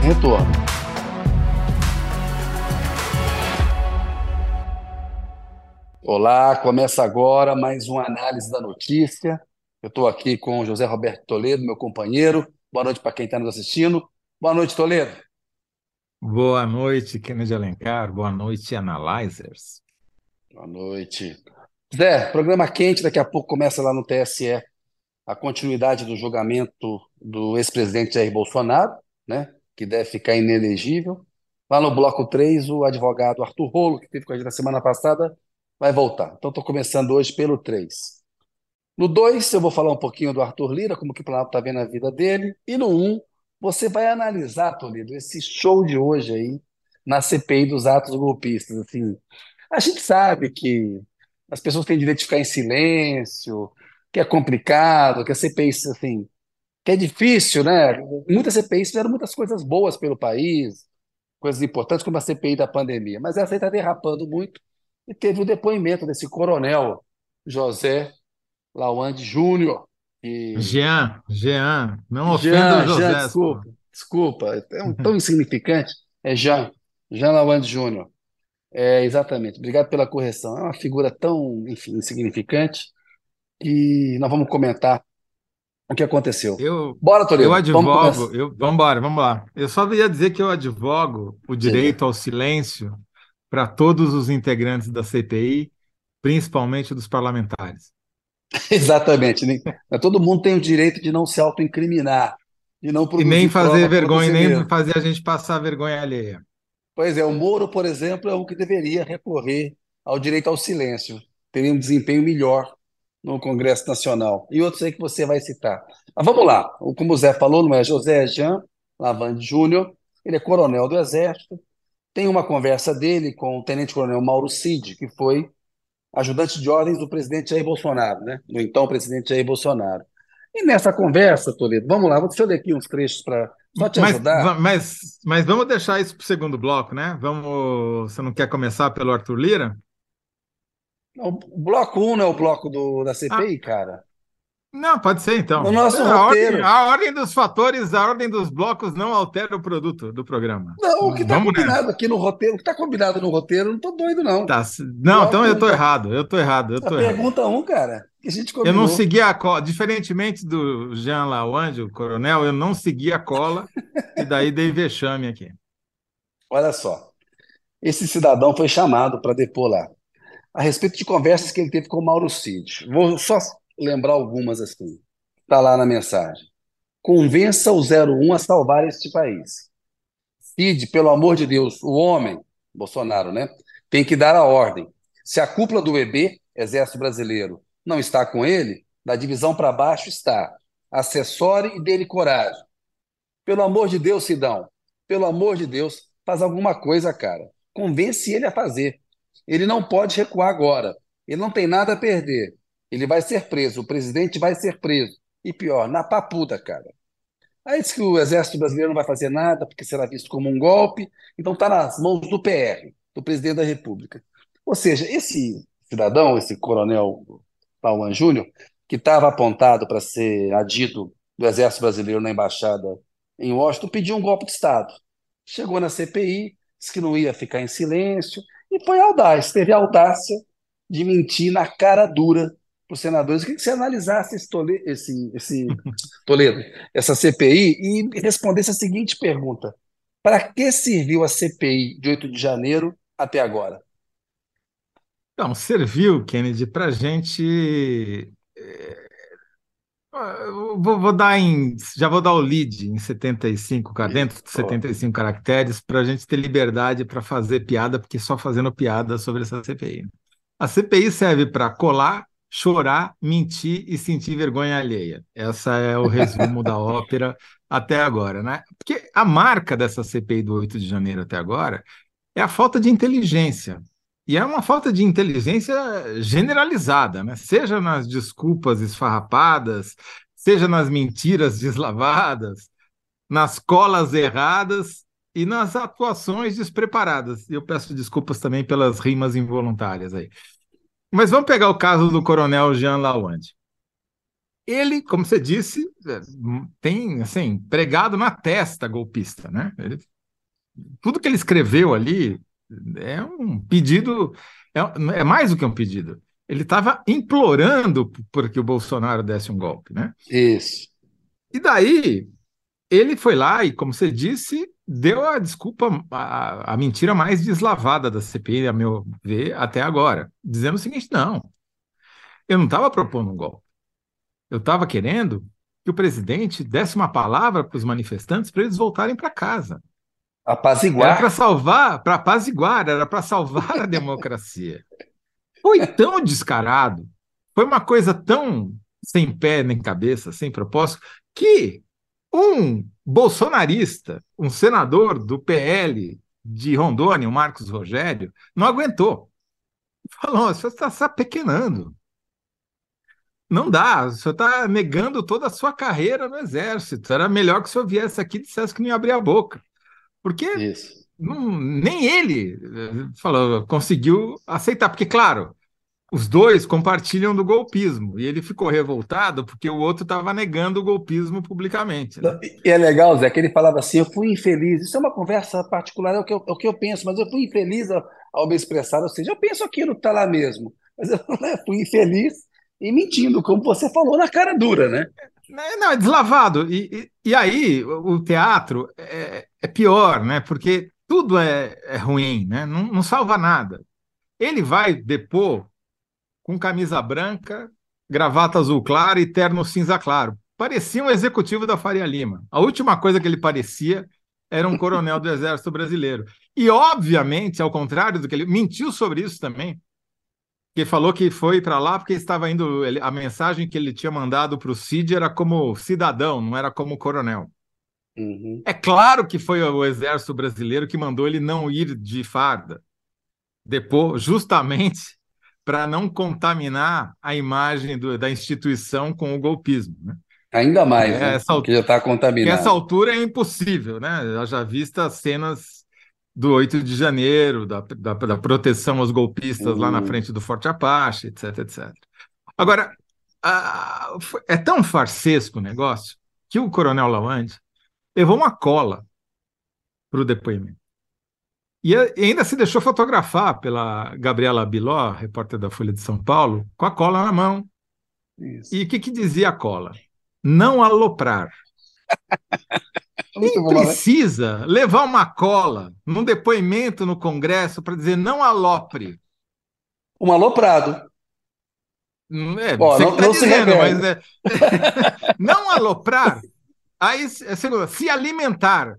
Retorno. Olá, começa agora mais uma análise da notícia. Eu estou aqui com o José Roberto Toledo, meu companheiro. Boa noite para quem está nos assistindo. Boa noite, Toledo. Boa noite, Kennedy Alencar. Boa noite, Analyzers. Boa noite. Zé, programa quente, daqui a pouco começa lá no TSE a continuidade do julgamento do ex-presidente Jair Bolsonaro, né, que deve ficar inelegível. Lá no bloco 3, o advogado Arthur Rolo, que esteve com a gente na semana passada, vai voltar. Então, estou começando hoje pelo 3. No 2 eu vou falar um pouquinho do Arthur Lira, como que o Planalto está vendo a vida dele. E no um você vai analisar, Toledo, esse show de hoje aí na CPI dos atos golpistas. Assim, a gente sabe que as pessoas têm direito de ficar em silêncio, que é complicado, que a CPI, assim, que é difícil, né? Muitas CPIs fizeram muitas coisas boas pelo país, coisas importantes, como a CPI da pandemia. Mas essa aí está derrapando muito. E teve o depoimento desse coronel José Lawande Júnior, que... Jean, não ofenda os Jean, Josés, pô. desculpa, é tão insignificante. É Jean Lawande Júnior. É, exatamente. Obrigado pela correção. É uma figura tão, enfim, insignificante que nós vamos comentar o que aconteceu. Eu, Bora, eu Toledo, vamos começar. advogo, vamos lá. Eu só ia dizer que eu advogo o Diga. direito ao silêncio para todos os integrantes da CPI, principalmente dos parlamentares. Exatamente, né? Mas todo mundo tem o direito de não se autoincriminar, de não E nem produzir fazer prova contra vergonha, si nem mesmo. fazer a gente passar vergonha alheia. Pois é, o Moro, por exemplo, é um que deveria recorrer ao direito ao silêncio. Teria um desempenho melhor no Congresso Nacional. E outros aí que você vai citar. Mas vamos lá. Como o Zé falou, não é José Jean Lavande Júnior. Ele é coronel do Exército. Tem uma conversa dele com o tenente-coronel Mauro Cid, que foi ajudante de ordens do presidente Jair Bolsonaro, né? Do então presidente Jair Bolsonaro. E nessa conversa, Toledo, vamos lá, deixa eu ler aqui uns trechos para só te Mas, ajudar. mas vamos deixar isso para o segundo bloco, né? Vamos, você não quer começar pelo Arthur Lira? O bloco um não é o bloco da Ah, CPI, cara. não, pode ser No então. nosso roteiro. A ordem dos fatores, a ordem dos blocos não altera o produto do programa. Não, o que está Vamos combinado nessa. aqui no roteiro, o que está combinado no roteiro, eu não estou doido, não. Tá. Não, então Bloco eu um, estou errado, eu estou errado, eu a estou errado. pergunta um, cara, que a gente Eu não combinou. segui a cola, diferentemente do Jean Lawande, o coronel, eu não segui a cola e daí dei vexame aqui. Olha só, esse cidadão foi chamado para depor lá, a respeito de conversas que ele teve com o Mauro Cid. Vou só lembrar algumas assim. Está lá na mensagem. Convença o 01 a salvar este país. Cid, pelo amor de Deus, o homem, Bolsonaro, né, tem que dar a ordem. Se a cúpula do EB, Exército Brasileiro, não está com ele, da divisão para baixo está. Acessore e dê-lhe coragem. Pelo amor de Deus, Sidão, pelo amor de Deus, faz alguma coisa, cara. Convence ele a fazer. Ele não pode recuar agora. Ele não tem nada a perder. Ele vai ser preso, o presidente vai ser preso. E pior, na papuda, cara. Aí diz que o Exército Brasileiro não vai fazer nada porque será visto como um golpe, então está nas mãos do PR, do presidente da República. Ou seja, esse cidadão, esse coronel Paulo Júnior, que estava apontado para ser adido do Exército Brasileiro na embaixada em Washington, pediu um golpe de Estado. Chegou na CPI, disse que não ia ficar em silêncio, e foi audaz, teve a audácia de mentir na cara dura para os senadores. Eu queria que você analisasse esse Toledo, essa CPI e respondesse a seguinte pergunta: para que serviu a CPI de 8 de janeiro até agora? Então, serviu, Kennedy, para a gente. Vou dar já vou dar o lead em 75, dentro de Pô, 75 caracteres, para a gente ter liberdade para fazer piada, porque só fazendo piada sobre essa CPI. A CPI serve para colar, chorar, mentir e sentir vergonha alheia. Essa é o resumo da ópera até agora, né? Porque a marca dessa CPI do 8 de janeiro até agora é a falta de inteligência. E é uma falta de inteligência generalizada, né? Seja nas desculpas esfarrapadas, seja nas mentiras deslavadas, nas colas erradas e nas atuações despreparadas. E eu peço desculpas também pelas rimas involuntárias aí. Mas vamos pegar o caso do Coronel Jean Lawande. Ele, como você disse, tem assim, pregado na testa golpista, né? Tudo que ele escreveu ali é um pedido, é mais do que um pedido. Ele estava implorando por que o Bolsonaro desse um golpe, né? Isso. E daí ele foi lá e, como você disse, deu a desculpa, a mentira mais deslavada da CPI, a meu ver, até agora, dizendo o seguinte: não, eu não estava propondo um golpe, eu estava querendo que o presidente desse uma palavra para os manifestantes para eles voltarem para casa. Era para Apaziguar. salvar, para apaziguar, era para salvar a democracia. Foi tão descarado, foi uma coisa tão sem pé nem cabeça, sem propósito, que um bolsonarista, um senador do PL de Rondônia, o Marcos Rogério, não aguentou. Falou: você está se apequenando. Não dá, o senhor está negando toda a sua carreira no Exército. Era melhor que o senhor viesse aqui e dissesse que não ia abrir a boca. Porque Isso. nem ele falou, conseguiu aceitar. Porque, claro, os dois compartilham do golpismo. E ele ficou revoltado porque o outro estava negando o golpismo publicamente, né? E é legal, Zé, que ele falava assim: eu fui infeliz. Isso é uma conversa particular, é o que eu penso, mas eu fui infeliz ao me expressar. Ou seja, eu penso aquilo que está lá mesmo, mas eu né, fui infeliz e mentindo, como você falou, na cara dura, né? Não, é deslavado. E aí o teatro é pior, né? Porque tudo é ruim, né? Não, não salva nada. Ele vai depor com camisa branca, gravata azul claro e terno cinza claro. Parecia um executivo da Faria Lima. A última coisa que ele parecia era um coronel do Exército Brasileiro. E, obviamente, ao contrário do que ele mentiu sobre isso também, que falou que foi para lá porque estava indo. A mensagem que ele tinha mandado para o Cid era como cidadão, não era como coronel. Uhum. É claro que foi o Exército Brasileiro que mandou ele não ir de farda, depois, justamente para não contaminar a imagem da instituição com o golpismo, né? Ainda Que mais, é né? essa, Que já está que essa contaminado. altura é impossível, né? Já vista as cenas do 8 de janeiro, da proteção aos golpistas lá na Hum. frente do Forte Apache, etc, etc. Agora, é tão farsesco o negócio que o Coronel Lawande levou uma cola para o depoimento. E ainda se deixou fotografar pela Gabriela Biló, repórter da Folha de São Paulo, com a cola na mão. Isso. E o que dizia a cola? Não aloprar. Muito Quem bom, né? precisa levar uma cola num depoimento no Congresso para dizer não alopre? Um aloprado. Ó, Você que não, está não se dizendo, mas revele. não aloprar. Aí, segundo, se alimentar.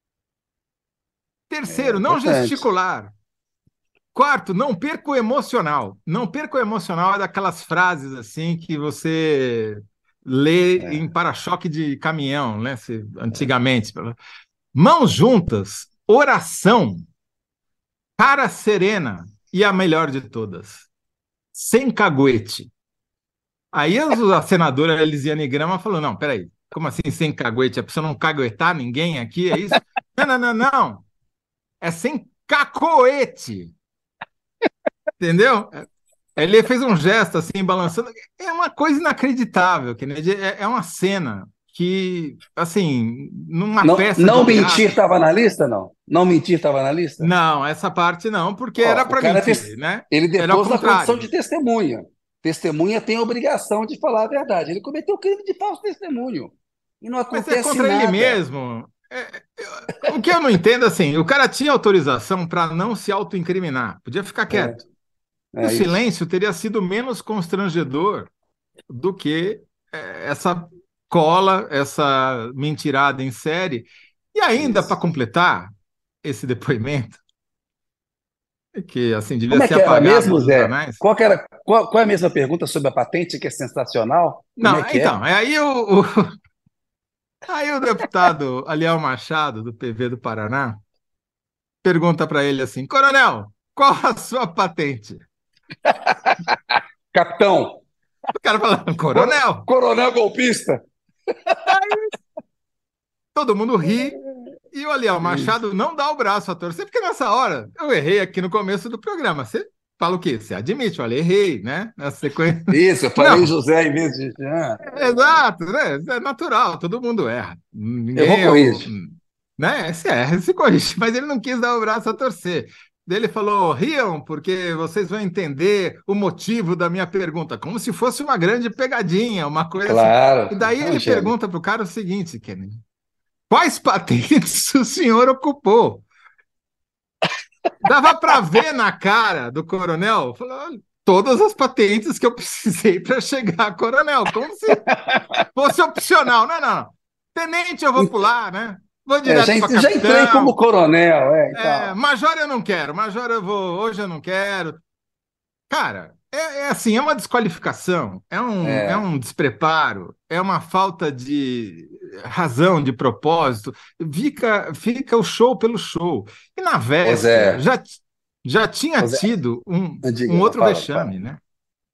É Terceiro, não importante. gesticular. Quarto, não perca o emocional. Não perca o emocional é daquelas frases assim que você lê em É, para-choque de caminhão, né? Antigamente. Mãos juntas, oração, cara serena e a melhor de todas, sem caguete. Aí a senadora Elisiane Grama falou: não, peraí, como assim sem caguete? É para você não caguetar ninguém aqui? É isso? Não, não, não, não. É sem cacoete. Entendeu? Ele fez um gesto assim, balançando. É uma coisa inacreditável, Kennedy. É uma cena que, assim, numa não, peça de não mentir teatro. estava na lista, não? Não mentir estava na lista? Não, essa parte não, porque era Ó, o para cara mentir, né? ele Era ao depôs na condição de contrário. testemunha. Testemunha tem a obrigação de falar a verdade. Ele cometeu crime de falso testemunho. E não Mas é acontece contra ele nada. mesmo. O que eu não entendo, assim, o cara tinha autorização para não se autoincriminar, podia ficar É, quieto. E o é isso. silêncio teria sido menos constrangedor do que essa cola, essa mentirada em série. E ainda, para Isso. completar esse depoimento, que assim devia Como é ser que era apagado mesmo, dos Zé? anais. Qual é a mesma pergunta sobre a patente, que é sensacional? Como é Não, que é? então, aí o deputado Aliel Machado, do PV do Paraná, pergunta para ele assim: Coronel, qual a sua patente? Capitão, O cara fala: Coronel. coronel golpista. Aí todo mundo ri e o Aliel Isso. Machado não dá o braço a torcer, porque nessa hora eu errei aqui no começo do programa. Você fala o quê? Você admite, olha, errei, né? Na sequência. Isso, eu falei Não, José em vez de. exato, né? É natural, todo mundo erra. Eu vou Ninguém é o. corrigir. Né? Se erra, se corrige, mas ele não quis dar o braço a torcer. Daí ele falou: riam, porque vocês vão entender o motivo da minha pergunta, como se fosse uma grande pegadinha, uma coisa assim. Claro, E daí é um ele gênio. pergunta para o cara o seguinte, Kennedy: quais patentes o senhor ocupou? Dava para ver na cara do coronel, falou, "Olha, todas as patentes que eu precisei para chegar a coronel, como se fosse opcional. Não, não. Tenente eu vou pular, né? Vou É, direto para já entrei como capitão. coronel, é, e tal. Major eu não quero, major eu vou, hoje eu não quero. Cara, é assim, é uma desqualificação, é É, um despreparo, é uma falta de razão, de propósito. Fica o show pelo show. E na ô véspera, Zé, já tinha ô Zé, tido um diga, outro fala, fala. vexame, né?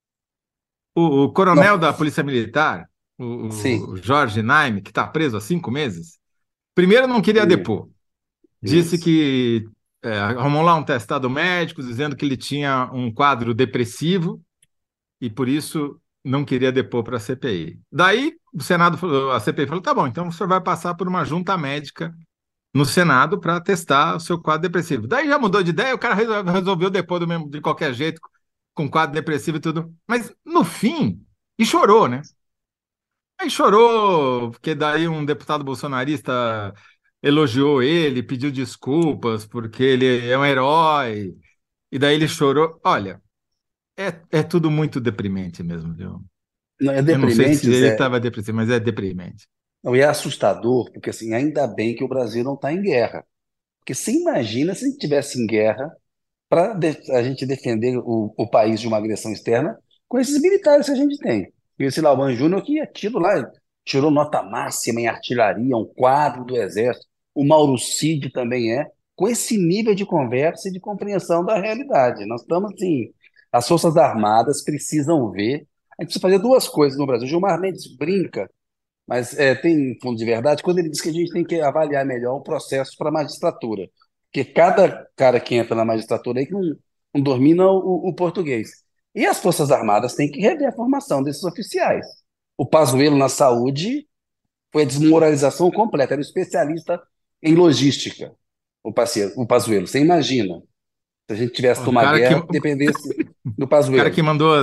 O coronel Não, da Polícia Militar, sim, o Jorge Naime, que está preso há 5 meses, primeiro não queria depor. Disse isso. que arrumou lá um testado médico dizendo que ele tinha um quadro depressivo e por isso não queria depor para a CPI. Daí o Senado falou, a CPI falou: tá bom, então o senhor vai passar por uma junta médica no Senado para testar o seu quadro depressivo. Daí já mudou de ideia, o cara resolveu depor do mesmo, de qualquer jeito, com quadro depressivo e tudo. Mas no fim, e chorou, né? Aí chorou, porque daí um deputado bolsonarista elogiou ele, pediu desculpas, porque ele é um herói. E daí ele chorou. Olha, é tudo muito deprimente mesmo, viu? Não, é Eu não sei deprimente, se ele Zé, estava depressivo, mas é deprimente. não, e é assustador, porque assim, ainda bem que o Brasil não está em guerra. Porque você imagina se a gente tivesse em guerra para a gente defender o país de uma agressão externa com esses militares que a gente tem. E esse Lauban Júnior que é tido lá, tirou nota máxima em artilharia, um quadro do Exército. O Mauro Cid também é, com esse nível de conversa e de compreensão da realidade. Nós estamos assim, as Forças Armadas precisam ver. A gente precisa fazer duas coisas no Brasil. Gilmar Mendes brinca, mas tem fundo de verdade quando ele diz que a gente tem que avaliar melhor o processo para a magistratura. Porque cada cara que entra na magistratura aí que não domina o português. E as Forças Armadas têm que rever a formação desses oficiais. O Pazuello na saúde foi a desmoralização completa. Era um especialista em logística, o Pazuello. Você imagina, se a gente tivesse O tomar cara que, guerra, o dependesse do cara que Pazuello. mandou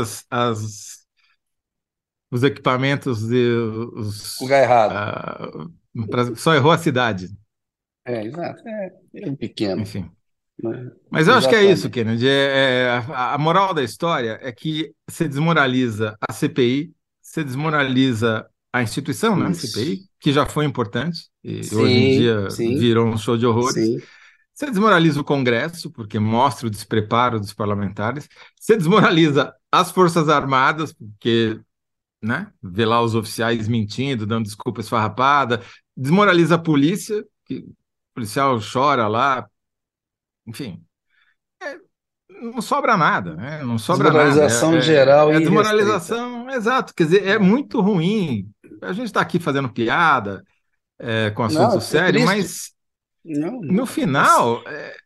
os equipamentos Lugar errado. só errou a cidade. É, exato. É pequeno, Enfim. né? Mas eu acho que é isso, Exatamente. Kennedy. A moral da história é que você desmoraliza a CPI, você desmoraliza a instituição, né, CPI, Isso. que já foi importante e hoje em Sim, dia sim, virou um show de horrores. sim. Você desmoraliza o Congresso, porque mostra o despreparo dos parlamentares. Você desmoraliza as Forças Armadas, porque, né, vê lá os oficiais mentindo, dando desculpa esfarrapada. Desmoraliza a polícia, que o policial chora lá, enfim. Não sobra nada, né? Não sobra nada. Desmoralização geral É e restrita. desmoralização, exato. Quer dizer, é É. muito ruim. A gente está aqui fazendo piada, com Não, assunto é sério, triste. mas Não, no final,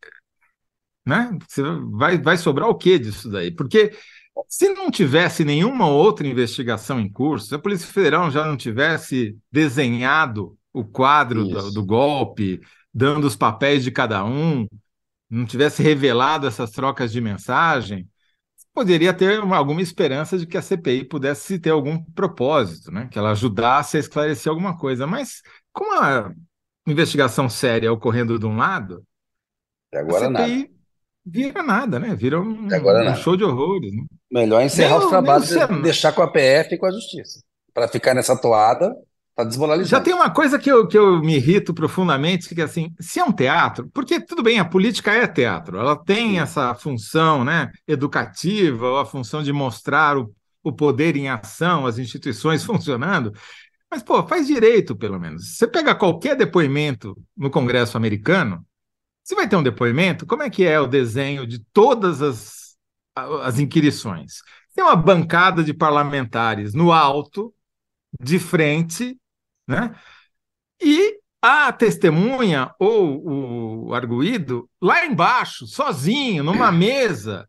né? Vai sobrar o quê disso daí? Porque se não tivesse nenhuma outra investigação em curso, se a Polícia Federal já não tivesse desenhado o quadro do isso. golpe, dando os papéis de cada um, não tivesse revelado essas trocas de mensagem, poderia ter alguma esperança de que a CPI pudesse ter algum propósito, né? Que ela ajudasse a esclarecer alguma coisa. Mas com a investigação séria ocorrendo de um lado, Até a agora nada. CPI vira nada, né? Vira Até agora um nada. show de horrores, né? Melhor encerrar os Nem o trabalhos e Senado. deixar com a PF e com a Justiça. Para ficar nessa toada, tá Já desmoralizando. tem uma coisa que eu me irrito profundamente, que é assim, se é um teatro, porque tudo bem, a política é teatro, ela tem Sim. essa função, né, educativa, ou a função de mostrar o poder em ação, as instituições funcionando, mas, pô, faz direito, pelo menos. Você pega qualquer depoimento no Congresso americano, você vai ter um depoimento, como é que é o desenho de todas as inquirições? Tem uma bancada de parlamentares no alto, de frente, né? E a testemunha ou o arguído lá embaixo, sozinho, numa mesa,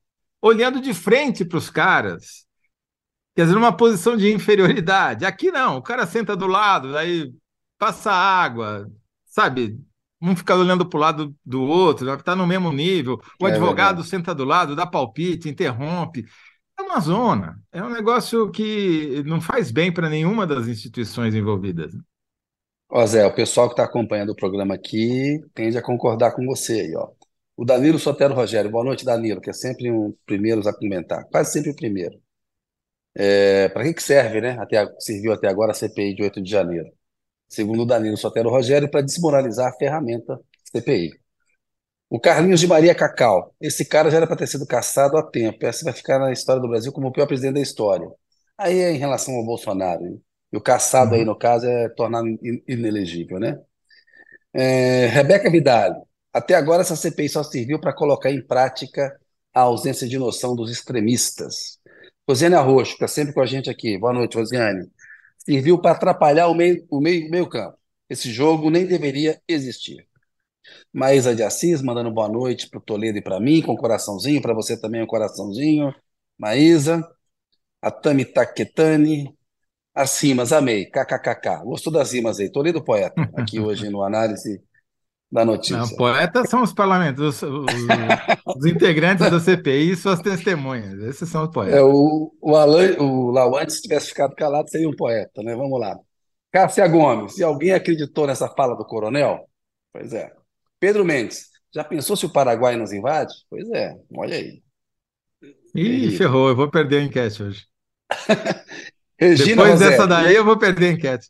olhando de frente para os caras, quer dizer, numa posição de inferioridade. Aqui não, o cara senta do lado, aí passa água, sabe? Um fica olhando para o lado do outro, está no mesmo nível. O É advogado verdade. senta do lado, dá palpite, interrompe. É uma zona, é um negócio que não faz bem para nenhuma das instituições envolvidas. Ó, Zé, o pessoal que está acompanhando o programa aqui tende a concordar com você aí, ó. O Danilo Sotero Rogério, boa noite, Danilo, que é sempre um dos primeiros a comentar, quase sempre o primeiro. Para que que serve, né? Serviu até agora a CPI de 8 de janeiro? Segundo o Danilo Sotero Rogério, para desmoralizar a ferramenta CPI. O Carlinhos de Maria Cacau, esse cara já era para ter sido cassado há tempo. Essa vai ficar na história do Brasil como o pior presidente da história. Aí é em relação ao Bolsonaro, hein? E o cassado aí, Uhum. no caso, é tornado inelegível, né? Rebeca Vidal, até agora essa CPI só serviu para colocar em prática a ausência de noção dos extremistas. Rosiane Arroxo, que está sempre com a gente aqui. Boa noite, Rosiane. Serviu para atrapalhar o meio campo. Esse jogo nem deveria existir. Maísa de Assis, mandando boa noite para o Toledo e para mim, com coraçãozinho, para você também um coraçãozinho. Maísa, a Tami Taquetani, as rimas, amei, kkkk. Gostou das rimas aí? Toledo poeta, aqui hoje no Análise da Não, Notícia. poetas são os parlamentares, os integrantes da CPI e suas testemunhas. Esses são os poetas. O Lawande, se tivesse ficado calado, seria um poeta, né? Vamos lá. Cássia Gomes, e alguém acreditou nessa fala do coronel? Pois é. Pedro Mendes, já pensou se o Paraguai nos invade? Pois é, olha aí, Ih, terrível. ferrou, eu vou perder a enquete hoje. Regina Depois dessa Rosé, daí, eu vou perder a enquete.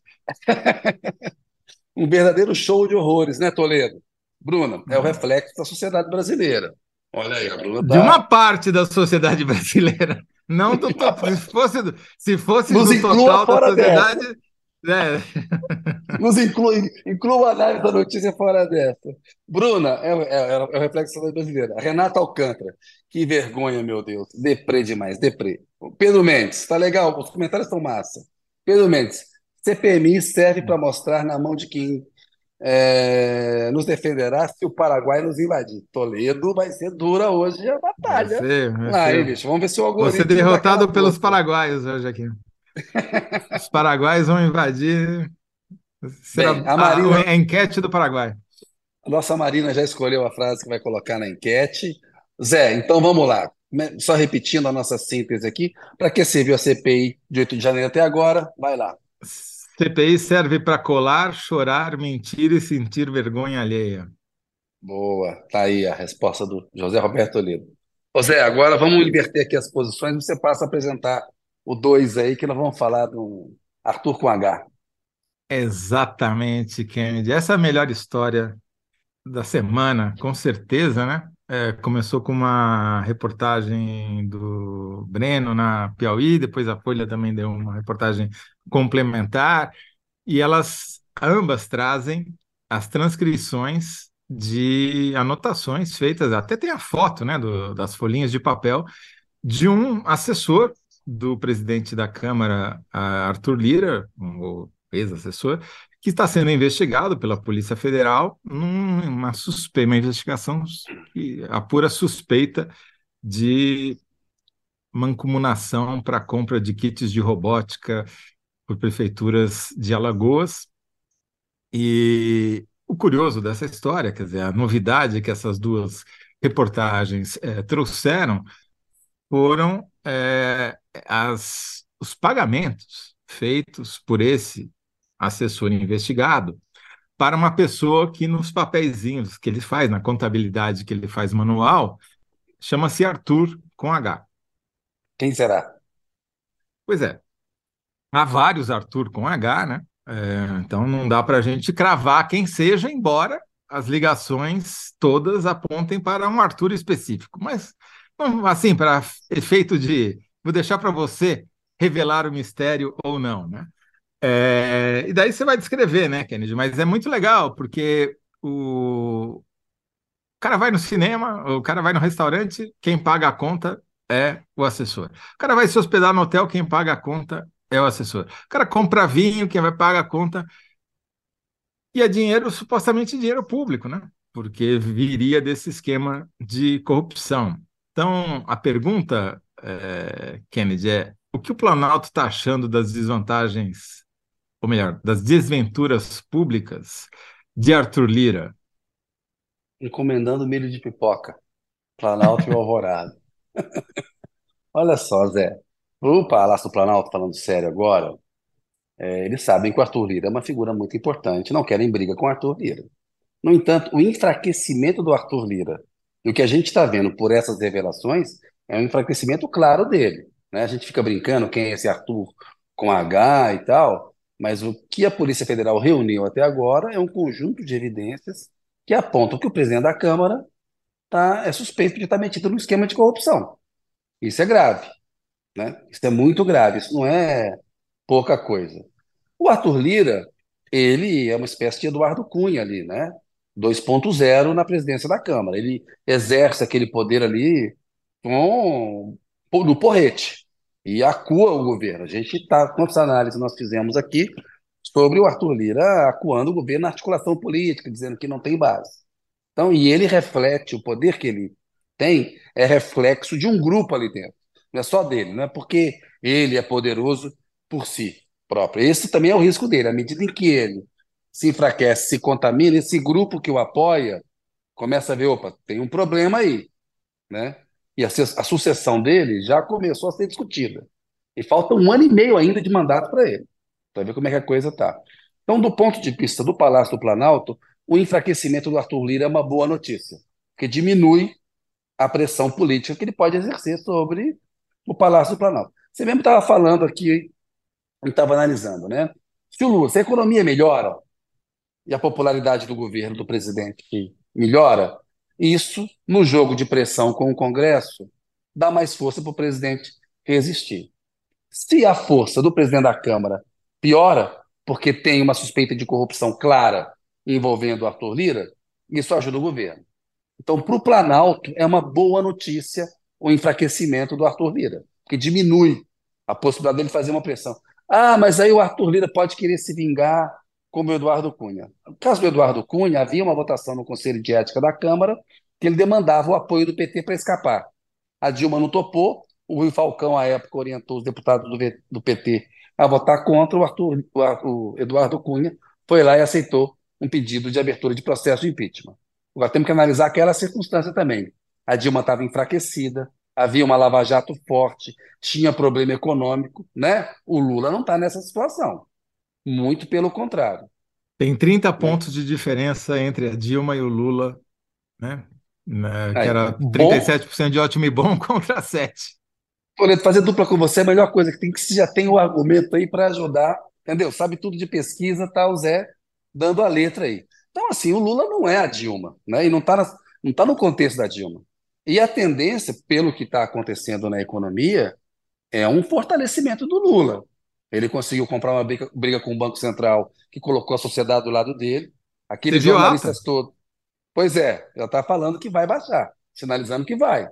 um verdadeiro show de horrores, né, Toledo? Bruna, é o reflexo da sociedade brasileira. Olha aí, a Bruna De uma tá. parte da sociedade brasileira, não do total. Se fosse Nos do inclua total da fora sociedade, dessa. né? Inclua a análise da notícia fora dessa. Bruna, é o reflexo da sociedade brasileira. Renata Alcântara, que vergonha, meu Deus. Deprê demais, deprê. Pedro Mendes, tá legal, os comentários estão massa. Pedro Mendes, CPMI serve para mostrar na mão de quem nos defenderá se o Paraguai nos invadir. Toledo vai ser dura hoje a Vai batalha. ser, vai Aí, ser. bicho, vamos ver se o Vou ser algoritmo dá aquela derrotado pelos força. paraguaios hoje aqui. Os paraguaios vão invadir. Será Bem, a Marina, a enquete do Paraguai. a nossa Marina já escolheu a frase que vai colocar na enquete. Zé, então vamos lá. Só repetindo a nossa síntese aqui. Para que serviu a CPI de 8 de janeiro até agora? Vai lá. CPI serve para colar, chorar, mentir e sentir vergonha alheia. Boa, tá aí a resposta do José Roberto Toledo. Ô Zé, agora vamos inverter aqui as posições. Você passa a apresentar o 2 aí, que nós vamos falar do Arthur com H. Exatamente, Kennedy. Essa é a melhor história da semana, com certeza, né? Começou com uma reportagem do Breno na Piauí, depois a Folha também deu uma reportagem complementar, e elas ambas trazem as transcrições de anotações feitas, até tem a foto, né, das folhinhas de papel, de um assessor do presidente da Câmara, Arthur Lira, o ex-assessor, que está sendo investigado pela Polícia Federal uma investigação que apura suspeita de mancomunação para a compra de kits de robótica por prefeituras de Alagoas. E o curioso dessa história, quer dizer, a novidade que essas duas reportagens trouxeram foram os pagamentos feitos por esse assessor investigado para uma pessoa que nos papeizinhos que ele faz, na contabilidade que ele faz manual, chama-se Arthur com H. Quem será? Pois é, há vários Arthur com H, né? Então não dá para a gente cravar quem seja, embora as ligações todas apontem para um Arthur específico. Mas, assim, para efeito de. Vou deixar para você revelar o mistério ou não, né? E daí você vai descrever, né, Kennedy? Mas é muito legal, porque o cara vai no cinema, o cara vai no restaurante, quem paga a conta é o assessor. O cara vai se hospedar no hotel, quem paga a conta é o assessor. O cara compra vinho, quem vai pagar a conta, e é dinheiro, supostamente dinheiro público, né? Porque viria desse esquema de corrupção. Então, a pergunta, Kennedy, é o que o Planalto está achando das desvantagens, ou melhor, das desventuras públicas de Arthur Lira? Encomendando milho de pipoca, Planalto e o Alvorada. Olha só, Zé. O Palácio do Planalto, falando sério agora, eles sabem que o Arthur Lira é uma figura muito importante, não querem briga com o Arthur Lira. No entanto, o enfraquecimento do Arthur Lira, e o que a gente está vendo por essas revelações, é um enfraquecimento claro dele, né? A gente fica brincando quem é esse Arthur com H e tal, mas o que a Polícia Federal reuniu até agora é um conjunto de evidências que apontam que o presidente da Câmara é suspeito de estar metido num esquema de corrupção. Isso é grave, né? Isso é muito grave, isso não é pouca coisa. O Arthur Lira, ele é uma espécie de Eduardo Cunha ali, né? 2.0 na presidência da Câmara. Ele exerce aquele poder ali no porrete e acua o governo. A gente está, quantas análises nós fizemos aqui sobre o Arthur Lira acuando o governo na articulação política, dizendo que não tem base. Então, e ele reflete, o poder que ele tem é reflexo de um grupo ali dentro. Não é só dele, não é porque ele é poderoso por si próprio. Esse também é o risco dele. À medida em que ele se enfraquece, se contamina, esse grupo que o apoia começa a ver, opa, tem um problema aí, né? E a sucessão dele já começou a ser discutida. E falta um ano e meio ainda de mandato para ele, para ver como é que a coisa está. Então, do ponto de vista do Palácio do Planalto, o enfraquecimento do Arthur Lira é uma boa notícia, porque diminui a pressão política que ele pode exercer sobre o Palácio do Planalto. Você mesmo estava falando aqui, e estava analisando, né? Se o Lula, se a economia melhora e a popularidade do governo, do presidente melhora, isso, no jogo de pressão com o Congresso, dá mais força para o presidente resistir. Se a força do presidente da Câmara piora, porque tem uma suspeita de corrupção clara envolvendo o Arthur Lira, isso ajuda o governo. Então, para o Planalto, é uma boa notícia o enfraquecimento do Arthur Lira, porque diminui a possibilidade dele fazer uma pressão. Ah, mas aí o Arthur Lira pode querer se vingar como o Eduardo Cunha. No caso do Eduardo Cunha, havia uma votação no Conselho de Ética da Câmara que ele demandava o apoio do PT para escapar. A Dilma não topou, o Rui Falcão, à época, orientou os deputados do PT a votar contra, o Eduardo Cunha foi lá e aceitou um pedido de abertura de processo de impeachment. Agora temos que analisar aquela circunstância também. A Dilma estava enfraquecida, havia uma lava-jato forte, tinha problema econômico, né? O Lula não está nessa situação. Muito pelo contrário, Tem 30 né? pontos de diferença entre a Dilma e o Lula, né? Que Aí, era bom, 37% de ótimo e bom contra 7%. Toledo, fazer dupla com você é a melhor coisa que tem, que você já tem o argumento aí para ajudar, entendeu? Sabe tudo de pesquisa, tá o Zé dando a letra aí. Então, assim, o Lula não é a Dilma, né? E não tá no contexto da Dilma. E a tendência, pelo que está acontecendo na economia, é um fortalecimento do Lula. Ele conseguiu comprar uma briga com o Banco Central, que colocou a sociedade do lado dele. Você Aqueles viu a ata? jornalistas todos. Pois é, já está falando que vai baixar, sinalizando que vai,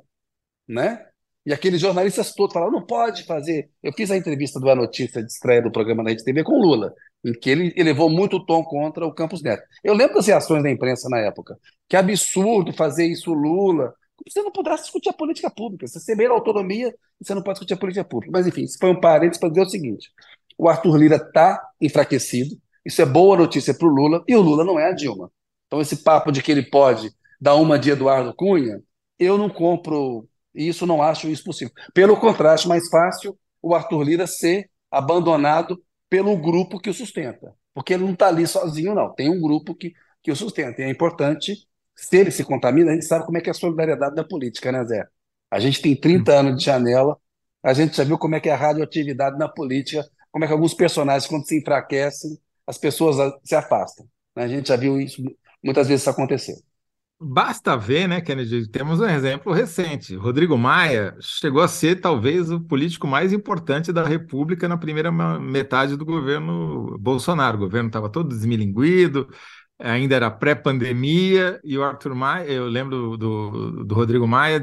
né? E aqueles jornalistas todos falaram, não pode fazer. Eu fiz a entrevista do A Notícia de estreia do programa da Rede TV com o Lula, em que ele elevou muito o tom contra o Campos Neto. Eu lembro das reações da imprensa na época. Que absurdo fazer isso, Lula. Como se você não pudesse discutir a política pública. Você tem a autonomia e você não pode discutir a política pública. Mas, enfim, isso foi um parênteses para dizer o seguinte: o Arthur Lira está enfraquecido, isso é boa notícia para o Lula, e o Lula não é a Dilma. Então, esse papo de que ele pode dar uma de Eduardo Cunha, eu não compro e isso não acho isso possível. Pelo contrário, acho mais fácil o Arthur Lira ser abandonado pelo grupo que o sustenta. Porque ele não está ali sozinho, não. Tem um grupo que o sustenta. E é importante, se ele se contamina, a gente sabe como é que é a solidariedade da política, né, Zé? A gente tem 30 anos de janela, a gente já viu como é que é a radioatividade na política, como é que alguns personagens, quando se enfraquecem, as pessoas se afastam. Né? A gente já viu isso, muitas vezes isso acontecer. Basta ver, né, Kennedy? Temos um exemplo recente. Rodrigo Maia chegou a ser talvez o político mais importante da República na primeira metade do governo Bolsonaro. O governo estava todo desmilinguido, ainda era pré-pandemia, e o Arthur Maia, eu lembro do Rodrigo Maia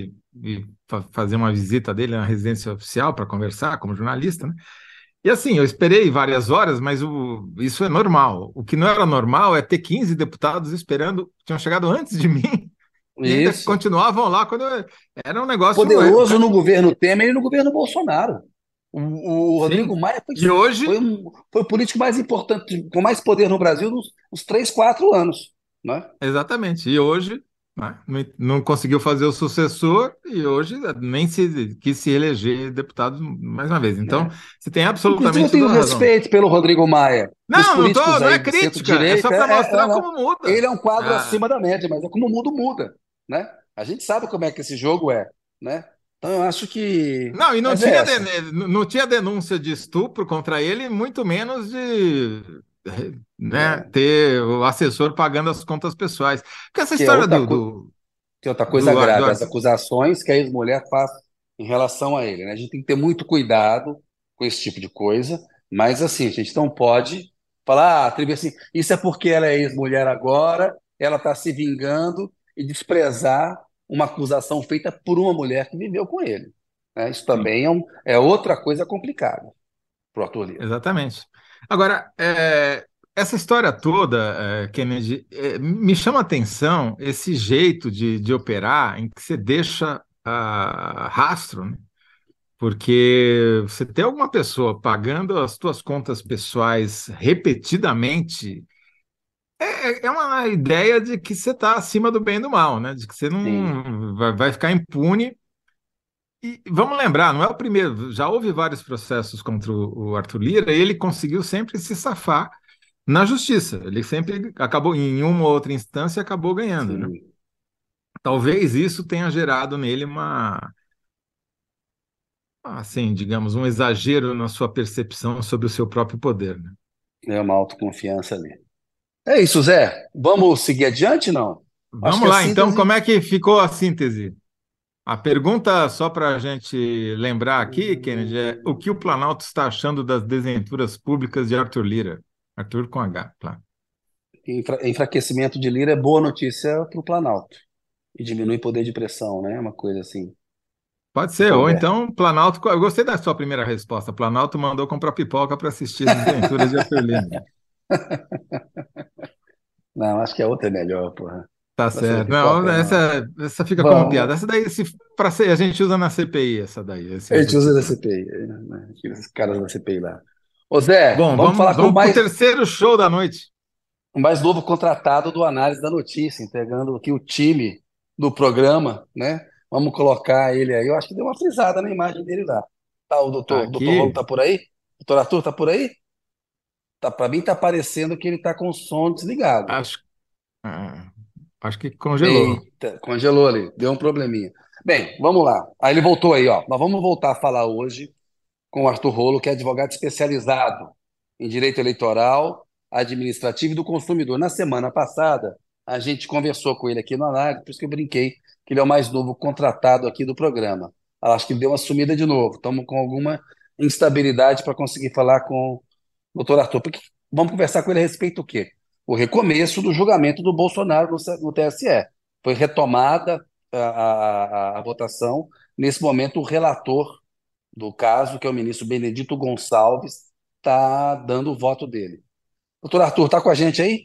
de fazer uma visita dele na residência oficial para conversar como jornalista, né? E assim, eu esperei várias horas, mas isso é normal. O que não era normal é ter 15 deputados esperando, tinham chegado antes de mim, E ainda Isso. continuavam lá quando era um negócio. Poderoso no governo Temer e no governo Bolsonaro. O Rodrigo Sim. Maia E hoje, foi o político mais importante, com mais poder no Brasil nos 3, 4 anos, né? exatamente. E hoje, né, não conseguiu fazer o sucessor e hoje nem se quis se eleger deputado mais uma vez. Então, É. você tem Inclusive, eu absolutamente tenho toda a razão. respeito pelo Rodrigo Maia, dos Não, políticos não é aí de crítica, é só centro-direita. para mostrar como Ele muda. é um quadro Ah, acima da média, mas é como o mundo muda, né? A gente sabe como é que esse jogo é, né? Então, eu acho que. não, e não Mas é tinha, essa. não tinha denúncia de estupro contra ele, muito menos de, né, É. ter o assessor pagando as contas pessoais. Porque essa Que é história outra, do, co- do, que é outra coisa do, do grave, as acusações que a ex-mulher faz em relação a ele, né? A gente tem que ter muito cuidado com esse tipo de coisa, mas assim, a gente não pode falar, atribuir assim, isso é porque ela é ex-mulher agora, ela está se vingando e desprezar uma acusação feita por uma mulher que viveu com ele, né? Isso sim, também é outra coisa complicada para o Arthur Lira. exatamente. Agora, essa história toda, Kennedy, me chama a atenção esse jeito de operar em que você deixa rastro, né? Porque você ter alguma pessoa pagando as tuas contas pessoais repetidamente é uma ideia de que você está acima do bem e do mal, né? De que você Sim, não vai ficar impune. E vamos lembrar, não é o primeiro, já houve vários processos contra o Arthur Lira e ele conseguiu sempre se safar na justiça. Ele sempre acabou, em uma ou outra instância, acabou ganhando, né? sim, Talvez isso tenha gerado nele assim, digamos, um exagero na sua percepção sobre o seu próprio poder, né? é uma autoconfiança ali. É isso, Zé. Vamos seguir adiante, não? Acho que Vamos a lá, então, síntese. como é que ficou a síntese? A pergunta, só para a gente lembrar aqui, Kennedy, é o que o Planalto está achando das desventuras públicas de Arthur Lira? Arthur com H, claro. Enfraquecimento de Lira é boa notícia para o Planalto. E diminui poder de pressão, né? Uma coisa assim, Pode se ser, ou couber. então Planalto. Eu gostei da sua primeira resposta. Planalto mandou comprar pipoca para assistir as desventuras de Arthur Lira. Não, acho que a outra é melhor, porra. Tá Vai ser certo. Não, pipoca, não. essa fica como piada. Vamos, Essa daí, se, a gente usa na CPI, essa daí, esse a gente usa da exercício. CPI, né? Aqueles caras da CPI lá. Ô Zé, Bom, vamos falar com vamos para o terceiro show da noite. o mais novo contratado do Análise da Notícia, entregando aqui o time do programa, né? Vamos colocar ele aí. Eu acho que deu uma frisada na imagem dele lá. Tá, o Tá doutor Rolo aqui, tá por aí? Doutor Arthur tá por aí? Tá, para mim tá parecendo que ele tá com o som desligado. acho, ah, acho que congelou. Eita, congelou ali, deu um probleminha. Bem, vamos lá. Aí ele voltou aí, ó. Nós vamos voltar a falar hoje com o Arthur Rolo, que é advogado especializado em direito eleitoral, administrativo e do consumidor. Na semana passada, a gente conversou com ele aqui no Análise, por isso que eu brinquei que ele é o mais novo contratado aqui do programa. Eu acho que ele deu uma sumida de novo. Estamos com alguma instabilidade para conseguir falar com o doutor Arthur. Porque vamos conversar com ele a respeito do quê? O recomeço do julgamento do Bolsonaro no TSE. Foi retomada a votação. Nesse momento, o relator do caso, que é o ministro Benedito Gonçalves, está dando o voto dele. Doutor Arthur, está com a gente aí?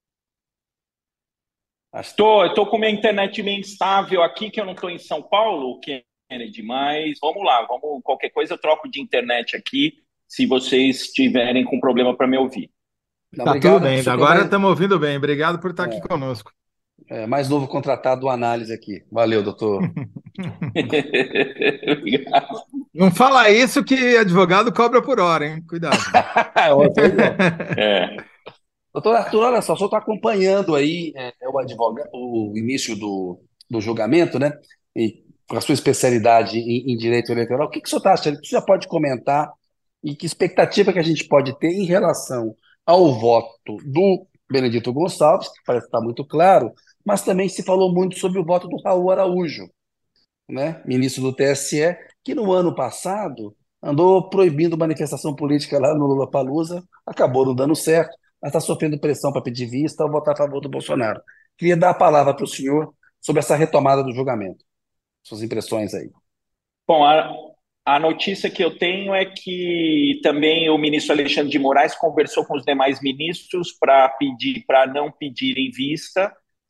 Acho- Tô com minha internet meio instável aqui, que eu não estou em São Paulo, Kennedy, mas vamos lá, vamos, qualquer coisa eu troco de internet aqui, se vocês tiverem com problema para me ouvir. Não, Tá tudo obrigado por bem, você ter agora estamos ouvindo bem. Obrigado por estar aqui conosco. mais novo contratado do análise aqui. Valeu, doutor. Obrigado. Não fala isso que advogado cobra por hora, hein? Cuidado. Pois é. É, Doutor Arthur, olha só, o senhor está acompanhando aí o advogado, o início do julgamento, né? E com a sua especialidade em direito eleitoral, o que o senhor está achando? O que o senhor pode comentar e que expectativa que a gente pode ter em relação ao voto do Benedito Gonçalves, que parece estar muito claro, mas também se falou muito sobre o voto do Raul Araújo, né, ministro do TSE, que no ano passado andou proibindo manifestação política lá no Lollapalooza, acabou não dando certo, mas está sofrendo pressão para pedir vista ou votar a favor do Bolsonaro. Queria dar a palavra para o senhor sobre essa retomada do julgamento. Suas impressões aí. bom, a notícia que eu tenho é que também o ministro Alexandre de Moraes conversou com os demais ministros para pedir para não pedirem vista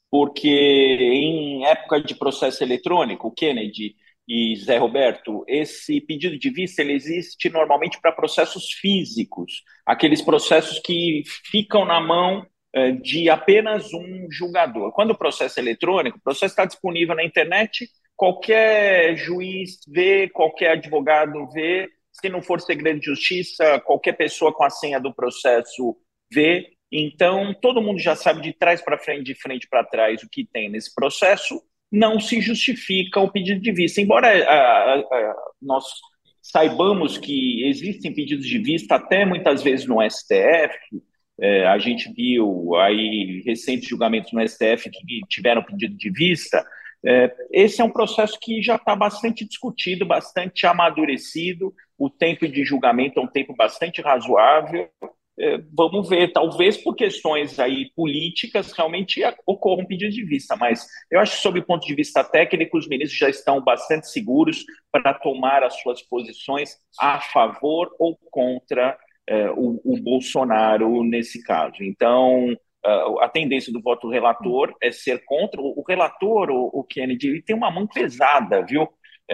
porque em época de processo eletrônico, Kennedy e Zé Roberto, esse pedido de vista ele existe normalmente para processos físicos, aqueles processos que ficam na mão de apenas um julgador. Quando o processo é eletrônico, o processo está disponível na internet, qualquer juiz vê, qualquer advogado vê, se não for segredo de justiça, qualquer pessoa com a senha do processo vê. Então, todo mundo já sabe de trás para frente, de frente para trás, o que tem nesse processo, não se justifica o pedido de vista. Embora nós saibamos que existem pedidos de vista até muitas vezes no STF, a gente viu aí recentes julgamentos no STF que tiveram pedido de vista. Esse é um processo que já está bastante discutido, bastante amadurecido. O tempo de julgamento é um tempo bastante razoável. Vamos ver, talvez por questões aí políticas realmente ocorra um pedido de vista, mas eu acho que sob o ponto de vista técnico os ministros já estão bastante seguros para tomar as suas posições a favor ou contra o Bolsonaro nesse caso. Então, a tendência do voto relator é ser contra. O relator, o Kennedy, ele tem uma mão pesada, viu?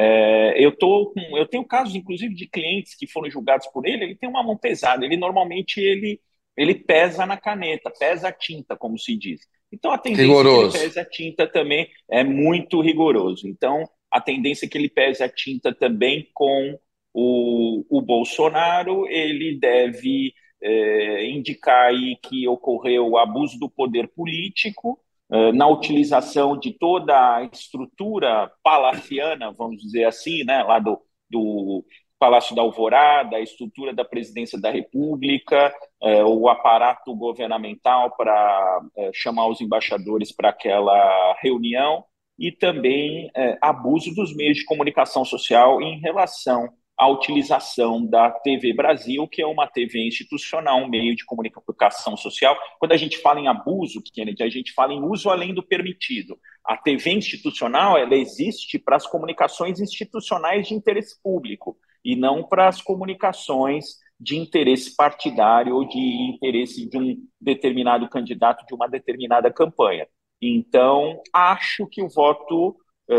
Eu tenho casos, inclusive, de clientes que foram julgados por ele. Ele tem uma mão pesada. Ele normalmente ele pesa na caneta, pesa a tinta, como se diz. Então, a tendência é que ele Rigoroso. pese a tinta também é muito rigoroso. Então, a tendência é que ele pese a tinta também com o Bolsonaro. Ele deve indicar aí que ocorreu abuso do poder político na utilização de toda a estrutura palaciana, vamos dizer assim, né, lá do Palácio da Alvorada, a estrutura da Presidência da República, o aparato governamental para chamar os embaixadores para aquela reunião e também abuso dos meios de comunicação social em relação à utilização da TV Brasil, que é uma TV institucional, um meio de comunicação social. Quando a gente fala em abuso, Kennedy, a gente fala em uso além do permitido. A TV institucional ela existe para as comunicações institucionais de interesse público e não para as comunicações de interesse partidário ou de interesse de um determinado candidato de uma determinada campanha. Então, acho que o voto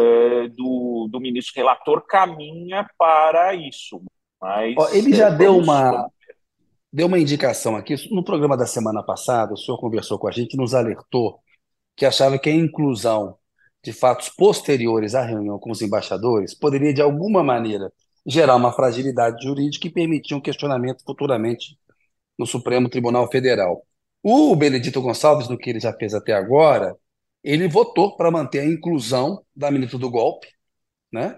do ministro relator caminha para isso. Ó, Mas ele já vamos. deu uma indicação aqui. No programa da semana passada, o senhor conversou com a gente e nos alertou que achava que a inclusão de fatos posteriores à reunião com os embaixadores poderia, de alguma maneira, gerar uma fragilidade jurídica e permitir um questionamento futuramente no Supremo Tribunal Federal. O Benedito Gonçalves, no que ele já fez até agora, ele votou para manter a inclusão da ministra do golpe, né?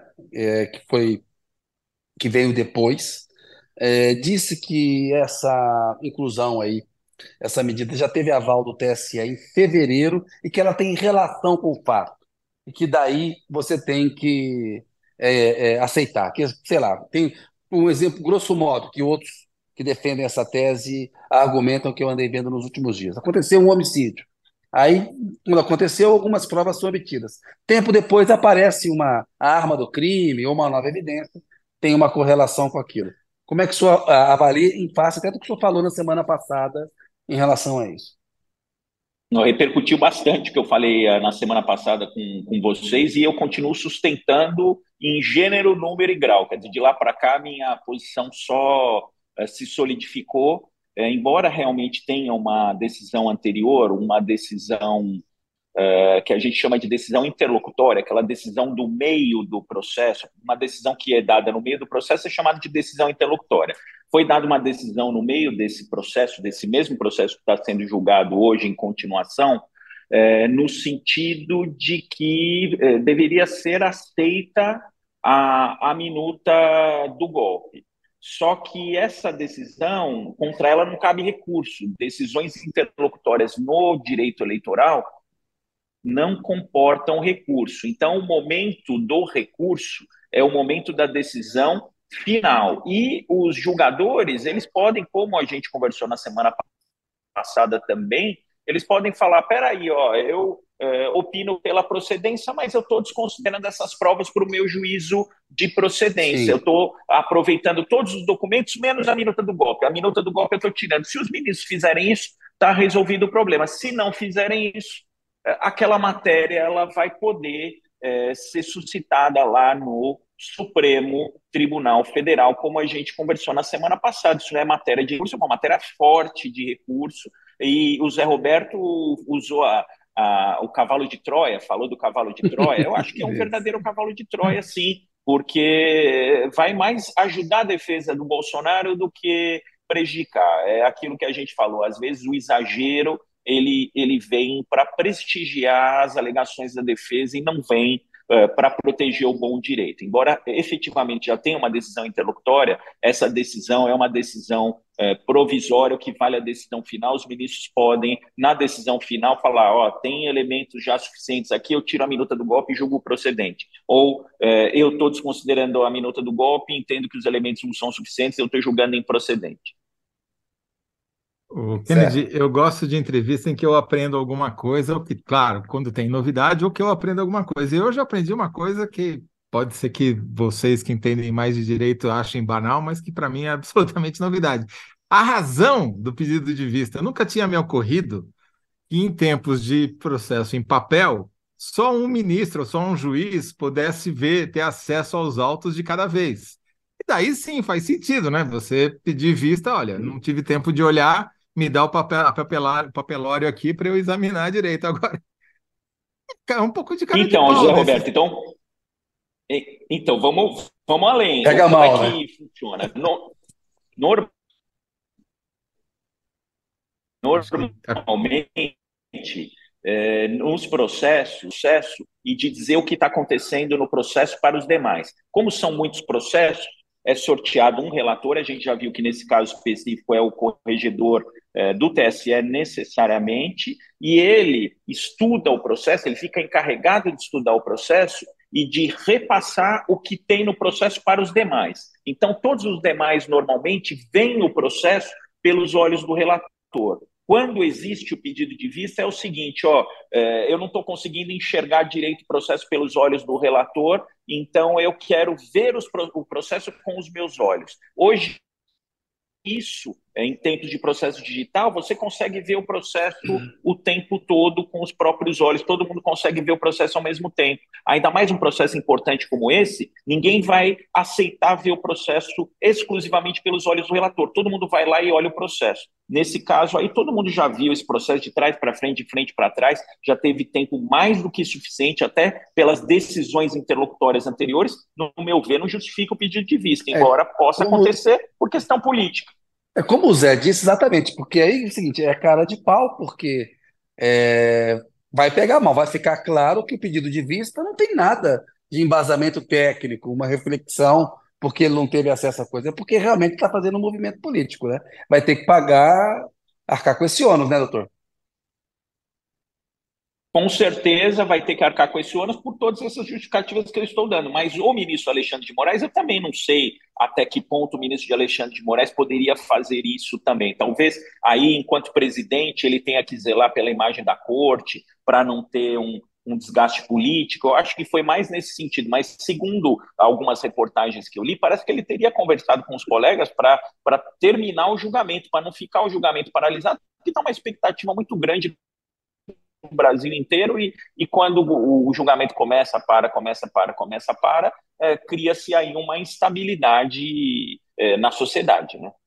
Que veio depois. Disse que essa inclusão aí, essa medida já teve aval do TSE em fevereiro e que ela tem relação com o fato. E que daí você tem que aceitar. Que, sei lá, tem um exemplo, grosso modo, que outros que defendem essa tese argumentam que eu andei vendo nos últimos dias. Aconteceu um homicídio. Aí, quando aconteceu, algumas provas são obtidas. Tempo depois aparece uma arma do crime ou uma nova evidência, tem uma correlação com aquilo. Como é que o senhor avalia em face até do que o senhor falou na semana passada em relação a isso? Não, repercutiu bastante o que eu falei na semana passada com vocês e eu continuo sustentando em gênero, número e grau. Quer dizer, de lá para cá, minha posição só se solidificou, embora realmente tenha uma decisão anterior, uma decisão que a gente chama de decisão interlocutória, aquela decisão do meio do processo, uma decisão que é dada no meio do processo é chamada de decisão interlocutória. Foi dada uma decisão no meio desse processo, desse mesmo processo que está sendo julgado hoje em continuação, no sentido de que deveria ser aceita a minuta do golpe. Só que essa decisão, contra ela não cabe recurso. Decisões interlocutórias no direito eleitoral não comportam recurso. Então, o momento do recurso é o momento da decisão final. E os julgadores, eles podem, como a gente conversou na semana passada também, eles podem falar, peraí, ó, eu opino pela procedência, mas eu estou desconsiderando essas provas para o meu juízo de procedência. Eu Sim. estou aproveitando todos os documentos, menos a minuta do golpe. A minuta do golpe eu estou tirando. Se os ministros fizerem isso, está resolvido o problema. Se não fizerem isso, aquela matéria ela vai poder ser suscitada lá no Supremo Tribunal Federal, como a gente conversou na semana passada. Isso não é matéria de recurso, é uma matéria forte de recurso, e o Zé Roberto usou o cavalo de Troia, falou do cavalo de Troia. Eu acho que é um verdadeiro cavalo de Troia, sim, porque vai mais ajudar a defesa do Bolsonaro do que prejudicar. É aquilo que a gente falou, às vezes o exagero ele vem para prestigiar as alegações da defesa e não vem para proteger o bom direito. Embora efetivamente já tenha uma decisão interlocutória, essa decisão é uma decisão provisória, que vale a decisão final. Os ministros podem, na decisão final, falar: ó, tem elementos já suficientes aqui, eu tiro a minuta do golpe e julgo procedente. Ou eu estou desconsiderando a minuta do golpe, entendo que os elementos não são suficientes, eu estou julgando improcedente. O Kennedy, Certo. eu gosto de entrevista em que eu aprendo alguma coisa, ou que, claro, quando tem novidade, ou que eu aprendo alguma coisa. E eu já aprendi uma coisa que pode ser que vocês que entendem mais de direito achem banal, mas que para mim é absolutamente novidade. A razão do pedido de vista nunca tinha me ocorrido que em tempos de processo em papel, só um ministro ou só um juiz pudesse ver, ter acesso aos autos de cada vez. E daí sim faz sentido, né? Você pedir vista, olha, não tive tempo de olhar, me dá o papelório aqui para eu examinar direito. Agora, é um pouco de cara de Então, pau, José né? Roberto, então vamos além. Pega Como é mal, né? que funciona? No, Acho que normalmente, nos processos, processo e de dizer o que está acontecendo no processo para os demais. Como são muitos processos, é sorteado um relator. A gente já viu que nesse caso específico é o corregedor do TSE necessariamente, e ele estuda o processo, ele fica encarregado de estudar o processo e de repassar o que tem no processo para os demais. Então, todos os demais normalmente veem o processo pelos olhos do relator. Quando existe o pedido de vista, é o seguinte: ó, eu não estou conseguindo enxergar direito o processo pelos olhos do relator, então eu quero ver o processo com os meus olhos. Hoje, isso, em tempos de processo digital, você consegue ver o processo o tempo todo com os próprios olhos, todo mundo consegue ver o processo ao mesmo tempo. Ainda mais um processo importante como esse, ninguém vai aceitar ver o processo exclusivamente pelos olhos do relator, todo mundo vai lá e olha o processo. Nesse caso aí, todo mundo já viu esse processo de trás para frente, de frente para trás, já teve tempo mais do que suficiente, até pelas decisões interlocutórias anteriores. No meu ver, não justifica o pedido de vista, É embora possa como, acontecer por questão política. é como o Zé disse exatamente, porque aí é o seguinte, é cara de pau, porque é, vai pegar mal, vai ficar claro que o pedido de vista não tem nada de embasamento técnico, uma reflexão, porque ele não teve acesso à coisa, é porque realmente está fazendo um movimento político, né? Vai ter que pagar, arcar com esse ônus, né, doutor? Com certeza vai ter que arcar com esse ônus por todas essas justificativas que eu estou dando. Mas o ministro Alexandre de Moraes, eu também não sei até que ponto o ministro de Alexandre de Moraes poderia fazer isso também. Talvez aí, enquanto presidente, ele tenha que zelar pela imagem da corte, para não ter um desgaste político. Eu acho que foi mais nesse sentido. Mas, segundo algumas reportagens que eu li, parece que ele teria conversado com os colegas para terminar o julgamento, para não ficar o julgamento paralisado, porque está uma expectativa muito grande no Brasil inteiro, e quando o julgamento começa, cria-se aí uma instabilidade na sociedade, né?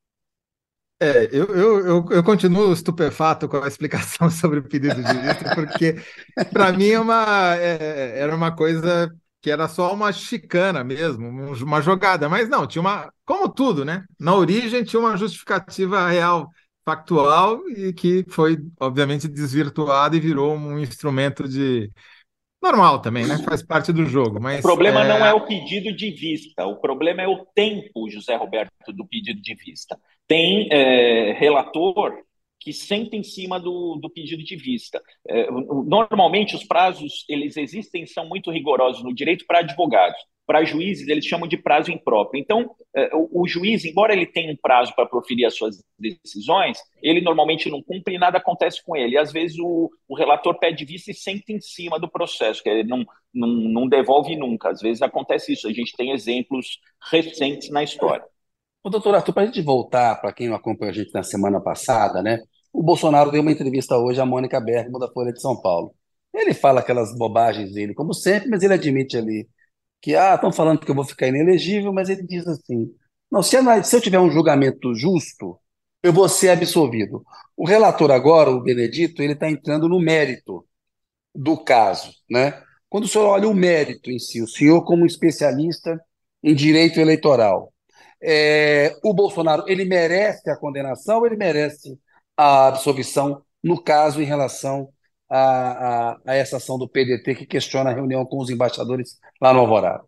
eu continuo estupefato com a explicação sobre o pedido de vista, porque para mim era uma coisa que era só uma chicana mesmo, uma jogada, mas não, tinha uma, como tudo, né? Na origem tinha uma justificativa real, factual, e que foi, obviamente, desvirtuada e virou um instrumento de normal também, né? Faz parte do jogo, O mas problema não é o pedido de vista, o problema é o tempo, José Roberto, do pedido de vista. Tem relator que senta em cima do pedido de vista. Normalmente, os prazos, eles existem, são muito rigorosos no direito para advogados. Para juízes, eles chamam de prazo impróprio. Então, o juiz, embora ele tenha um prazo para proferir as suas decisões, ele normalmente não cumpre e nada acontece com ele. E, às vezes, o relator pede vista e senta em cima do processo, que ele não devolve nunca. Às vezes acontece isso. A gente tem exemplos recentes na história. Ô, doutor Arthur, para a gente voltar, para quem não acompanhou a gente na semana passada, né? O Bolsonaro deu uma entrevista hoje à Mônica Bergamo, da Folha de São Paulo. Ele fala aquelas bobagens dele, como sempre, mas ele admite ali que, estão falando que eu vou ficar inelegível, mas ele diz assim, não, se eu tiver um julgamento justo, eu vou ser absolvido. O relator agora, o Benedito, ele está entrando no mérito do caso, né? Quando o senhor olha o mérito em si, o senhor como especialista em direito eleitoral, o Bolsonaro, ele merece a condenação ou ele merece a absolvição, no caso, em relação a essa ação do PDT que questiona a reunião com os embaixadores lá no Alvorada?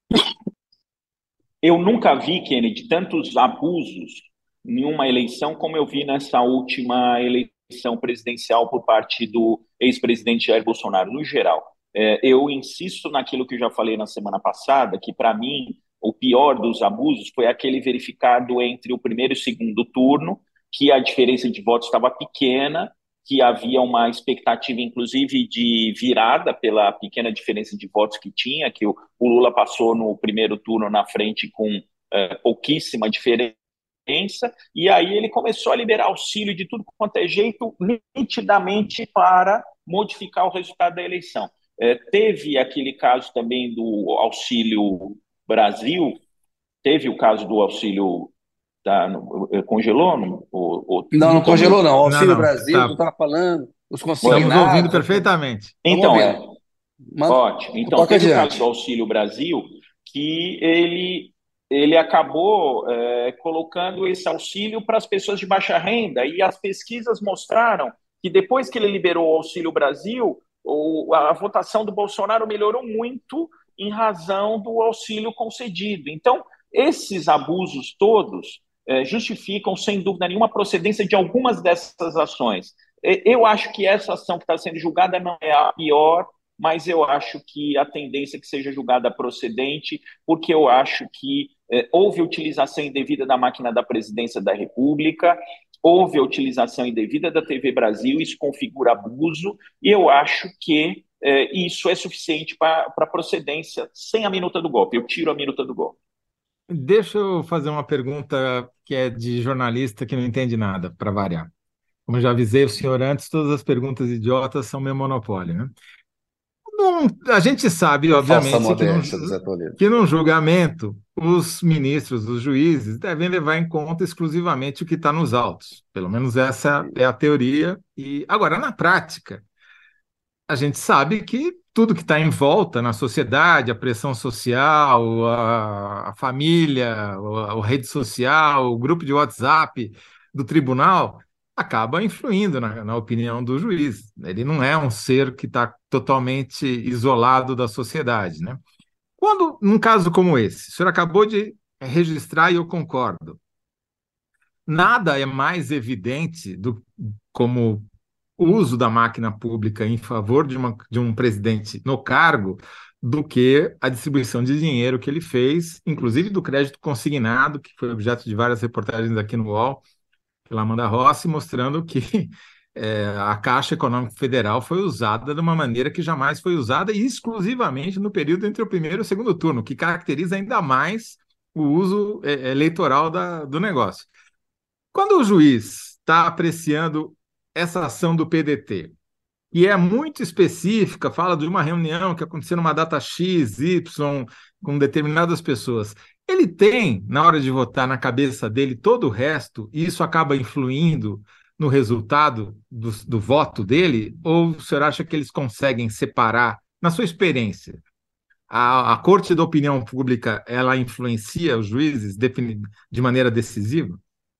Eu nunca vi, Kennedy, tantos abusos em uma eleição como eu vi nessa última eleição presidencial por parte do ex-presidente Jair Bolsonaro, no geral. Eu insisto naquilo que eu já falei na semana passada, que para mim o pior dos abusos foi aquele verificado entre o primeiro e o segundo turno, que a diferença de votos estava pequena, que havia uma expectativa, inclusive, de virada pela pequena diferença de votos que tinha, que o Lula passou no primeiro turno na frente com pouquíssima diferença, e aí ele começou a liberar auxílio de tudo quanto é jeito, nitidamente para modificar o resultado da eleição. Teve aquele caso também do Auxílio Brasil, teve o caso do Auxílio congelou? Não, Não não estou me... congelou, não. Não, Auxílio não, Brasil, tu tá. estava falando, os Estamos ouvindo consignados. perfeitamente. Vamos Então, ouvindo. ótimo. Então, Toca teve o caso do adiante. Auxílio Brasil, que ele acabou colocando esse auxílio para as pessoas de baixa renda, e as pesquisas mostraram que depois que ele liberou o Auxílio Brasil, a votação do Bolsonaro melhorou muito em razão do auxílio concedido. Então, esses abusos todos justificam, sem dúvida nenhuma, a procedência de algumas dessas ações. Eu acho que essa ação que está sendo julgada não é a pior, mas eu acho que a tendência é que seja julgada procedente, porque eu acho que houve utilização indevida da máquina da presidência da República, houve a utilização indevida da TV Brasil, isso configura abuso, e eu acho que isso é suficiente para procedência sem a minuta do golpe. Eu tiro a minuta do golpe. Deixa eu fazer uma pergunta que é de jornalista que não entende nada, para variar. Como eu já avisei o senhor antes, todas as perguntas idiotas são meu monopólio, né? Bom, a gente sabe, Falsa obviamente, modéstia do Zé Toledo. que num julgamento os ministros, os juízes, devem levar em conta exclusivamente o que está nos autos. Pelo menos essa é a teoria. E agora, na prática, a gente sabe que tudo que está em volta na sociedade, a pressão social, a família, a rede social, o grupo de WhatsApp do tribunal, acaba influindo na opinião do juiz. Ele não é um ser que está totalmente isolado da sociedade, né? Quando, num caso como esse, o senhor acabou de registrar e eu concordo, nada é mais evidente como o uso da máquina pública em favor de um presidente no cargo do que a distribuição de dinheiro que ele fez, inclusive do crédito consignado, que foi objeto de várias reportagens aqui no UOL, pela Amanda Rossi, mostrando que a Caixa Econômica Federal foi usada de uma maneira que jamais foi usada e exclusivamente no período entre o primeiro e o segundo turno, que caracteriza ainda mais o uso eleitoral do negócio. Quando o juiz está apreciando essa ação do PDT, e é muito específica, fala de uma reunião que aconteceu numa data X, Y, com determinadas pessoas. Ele tem, na hora de votar, na cabeça dele todo o resto, e isso acaba influindo no resultado do voto dele? Ou o senhor acha que eles conseguem separar, na sua experiência, a Corte da Opinião Pública, ela influencia os juízes de maneira decisiva?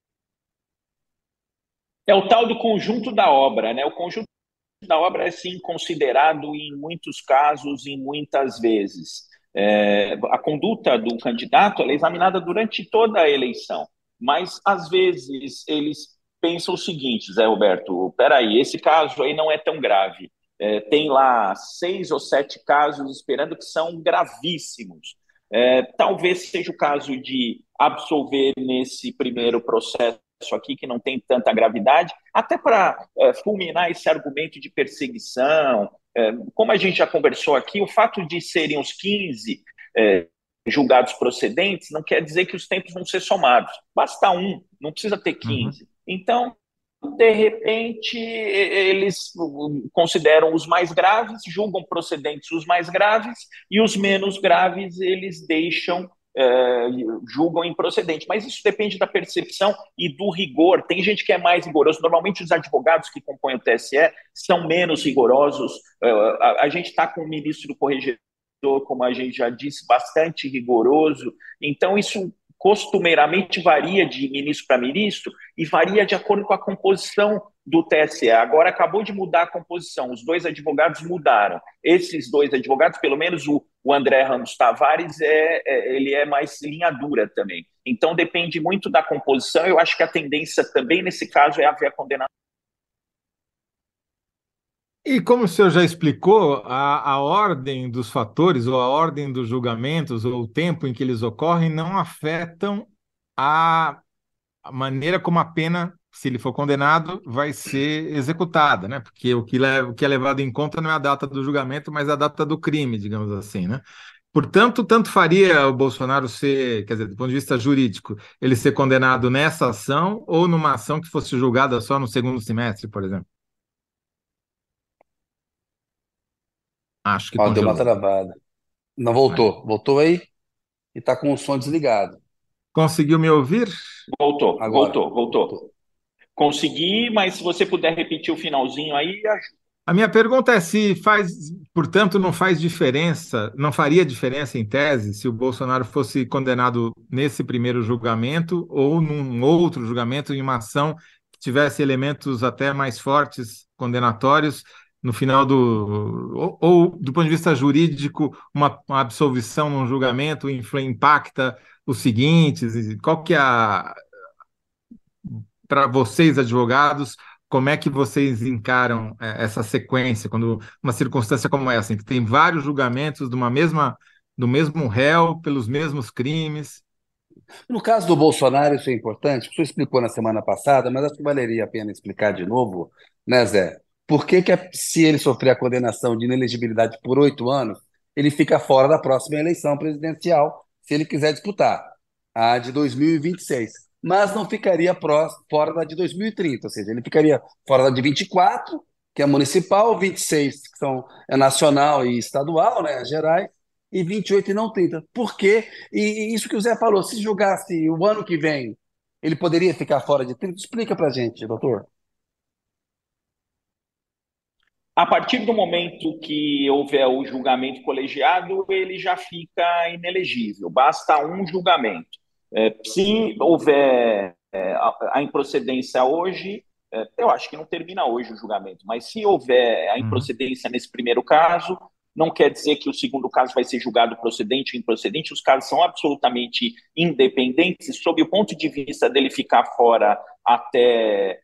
É o tal do conjunto da obra, né? O conjunto da obra é sim considerado em muitos casos e muitas vezes. A conduta do candidato é examinada durante toda a eleição, mas às vezes eles pensam o seguinte, Zé Roberto, peraí, esse caso aí não é tão grave. Tem lá 6 ou 7 casos esperando que são gravíssimos. Talvez seja o caso de absolver nesse primeiro processo aqui, que não tem tanta gravidade, até para fulminar esse argumento de perseguição. Como a gente já conversou aqui, o fato de serem os 15 julgados procedentes não quer dizer que os tempos vão ser somados. Basta um, não precisa ter Uhum. 15. Então, de repente, eles consideram os mais graves, julgam procedentes os mais graves, e os menos graves eles deixam, julgam improcedente. Mas isso depende da percepção e do rigor. Tem gente que é mais rigoroso. Normalmente, os advogados que compõem o TSE são menos rigorosos. A gente está com o ministro do Corregedor, como a gente já disse, bastante rigoroso. Então, isso costumeiramente varia de ministro para ministro e varia de acordo com a composição do TSE. Agora acabou de mudar a composição, os dois advogados mudaram. Esses dois advogados, pelo menos o André Ramos Tavares, ele é mais linha dura também. Então depende muito da composição. Eu acho que a tendência também nesse caso é haver a condenação. E como o senhor já explicou, a ordem dos fatores, ou a ordem dos julgamentos, ou o tempo em que eles ocorrem, não afetam a maneira como a pena, se ele for condenado, vai ser executada, né? Porque o que é levado em conta não é a data do julgamento, mas a data do crime, digamos assim, né? Portanto, tanto faria o Bolsonaro ser, quer dizer, do ponto de vista jurídico, ele ser condenado nessa ação ou numa ação que fosse julgada só no segundo semestre, por exemplo. Acho que Ó, deu uma congelou. travada. Não Aí. voltou. Voltou aí e tá com o som desligado. Conseguiu me ouvir? Voltou, Agora, voltou, voltou. voltou. Consegui, mas se você puder repetir o finalzinho aí, ajuda. A minha pergunta é se faz, portanto, não faz diferença, não faria diferença em tese se o Bolsonaro fosse condenado nesse primeiro julgamento ou num outro julgamento em uma ação que tivesse elementos até mais fortes, condenatórios, no final ou do ponto de vista jurídico, uma absolvição num julgamento impacta os seguintes, qual que é para vocês, advogados, como é que vocês encaram essa sequência, quando uma circunstância como essa, em que tem vários julgamentos do mesmo réu pelos mesmos crimes? No caso do Bolsonaro, isso é importante. O senhor explicou na semana passada, mas acho que valeria a pena explicar de novo, né, Zé? Por que se ele sofrer a condenação de inelegibilidade por 8 anos, ele fica fora da próxima eleição presidencial, se ele quiser disputar a de 2026? Mas não ficaria fora da de 2030, ou seja, ele ficaria fora da de 24, que é municipal, 26, que é nacional e estadual, né, gerais, e 28 e não 30. Por quê? E isso que o Zé falou, se julgasse o ano que vem, ele poderia ficar fora de 30? Explica pra gente, doutor. A partir do momento que houver o julgamento colegiado, ele já fica inelegível, basta um julgamento. Se houver a improcedência hoje, eu acho que não termina hoje o julgamento, mas se houver a Uhum. improcedência nesse primeiro caso, não quer dizer que o segundo caso vai ser julgado procedente ou improcedente, os casos são absolutamente independentes, e sob o ponto de vista dele ficar fora até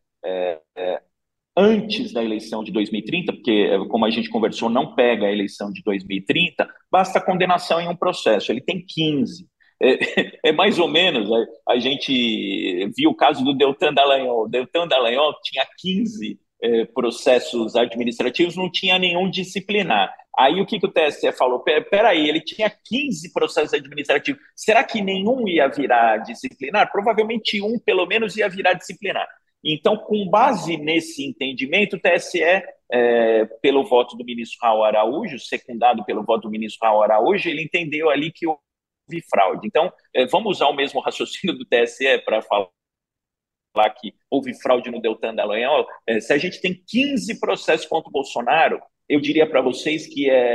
antes da eleição de 2030, porque, como a gente conversou, não pega a eleição de 2030, basta condenação em um processo. Ele tem 15. É mais ou menos, a gente viu o caso do Deltan Dallagnol. O Deltan Dallagnol tinha 15 processos administrativos, não tinha nenhum disciplinar. Aí o que o TSE falou? Peraí, ele tinha 15 processos administrativos, será que nenhum ia virar disciplinar? Provavelmente um, pelo menos, ia virar disciplinar. Então, com base nesse entendimento, o TSE, pelo voto do ministro Raul Araújo, secundado pelo voto do ministro Raul Araújo, ele entendeu ali que houve fraude. Então, vamos usar o mesmo raciocínio do TSE para falar que houve fraude no Deltan Dallagnol. Se a gente tem 15 processos contra o Bolsonaro, eu diria para vocês que é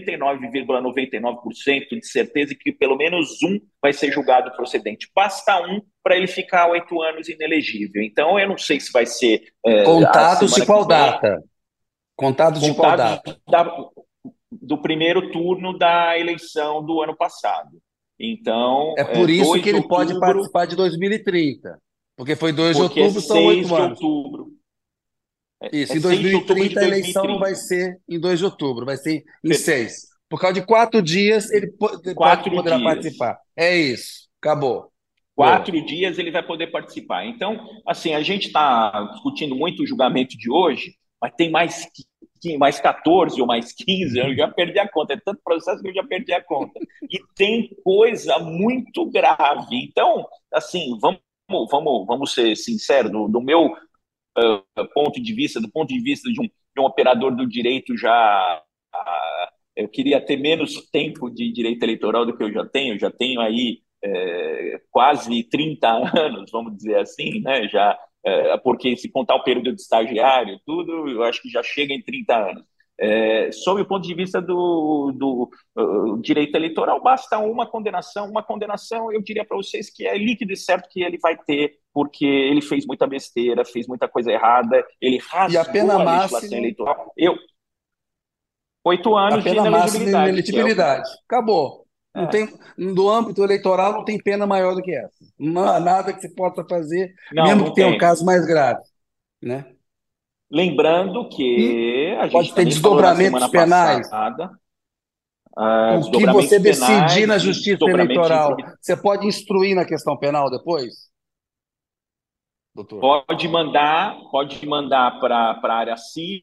99,99% de certeza que pelo menos um vai ser julgado procedente. Basta um para ele ficar 8 anos inelegível. Então, eu não sei se vai ser a Contados de semana que qual vem, data? Contados de qual contados data? do primeiro turno da eleição do ano passado. Então, É por isso que 2 de ele pode outubro, participar de 2030, porque foi 2 de porque é outubro, são 8 6 de anos. outubro. Isso, É em 6 de outubro de 2030 a eleição não vai 2030. ser em 2 de outubro, vai ser em 6. Por causa de 4 dias, ele Quatro poderá dias. participar. É isso. Acabou. Boa. 4 dias ele vai poder participar. Então, assim, a gente está discutindo muito o julgamento de hoje, mas tem mais 14 ou mais 15, eu já perdi a conta. É tanto processo que eu já perdi a conta. E tem coisa muito grave. Então, assim, vamos ser sinceros, do meu ponto de vista, do ponto de vista de um operador do direito já. Eu queria ter menos tempo de direito eleitoral do que eu já tenho aí quase 30 anos, vamos dizer assim, né? Já, porque se contar o período de estagiário, tudo, eu acho que já chega em 30 anos. Sob o ponto de vista do direito eleitoral, basta uma condenação, eu diria para vocês que é líquido e certo que ele vai ter, porque ele fez muita besteira, fez muita coisa errada, ele E a pena rasgou a legislação máxima, eleitoral. 8 a anos de pena máxima de inelegibilidade, que é o que. ineletibilidade. Acabou. Não É, tem, do âmbito eleitoral não tem pena maior do que essa. Não há nada que se possa fazer, não, mesmo que não tenha um tem. caso mais grave, né? Lembrando E que a Pode gente ter também falou na desdobramentos semana penais. passada, O que você desdobramentos decidir na penais e justiça desdobramentos de eleitoral, improbidade. você pode instruir na questão penal depois, doutor? Pode mandar para a área civil,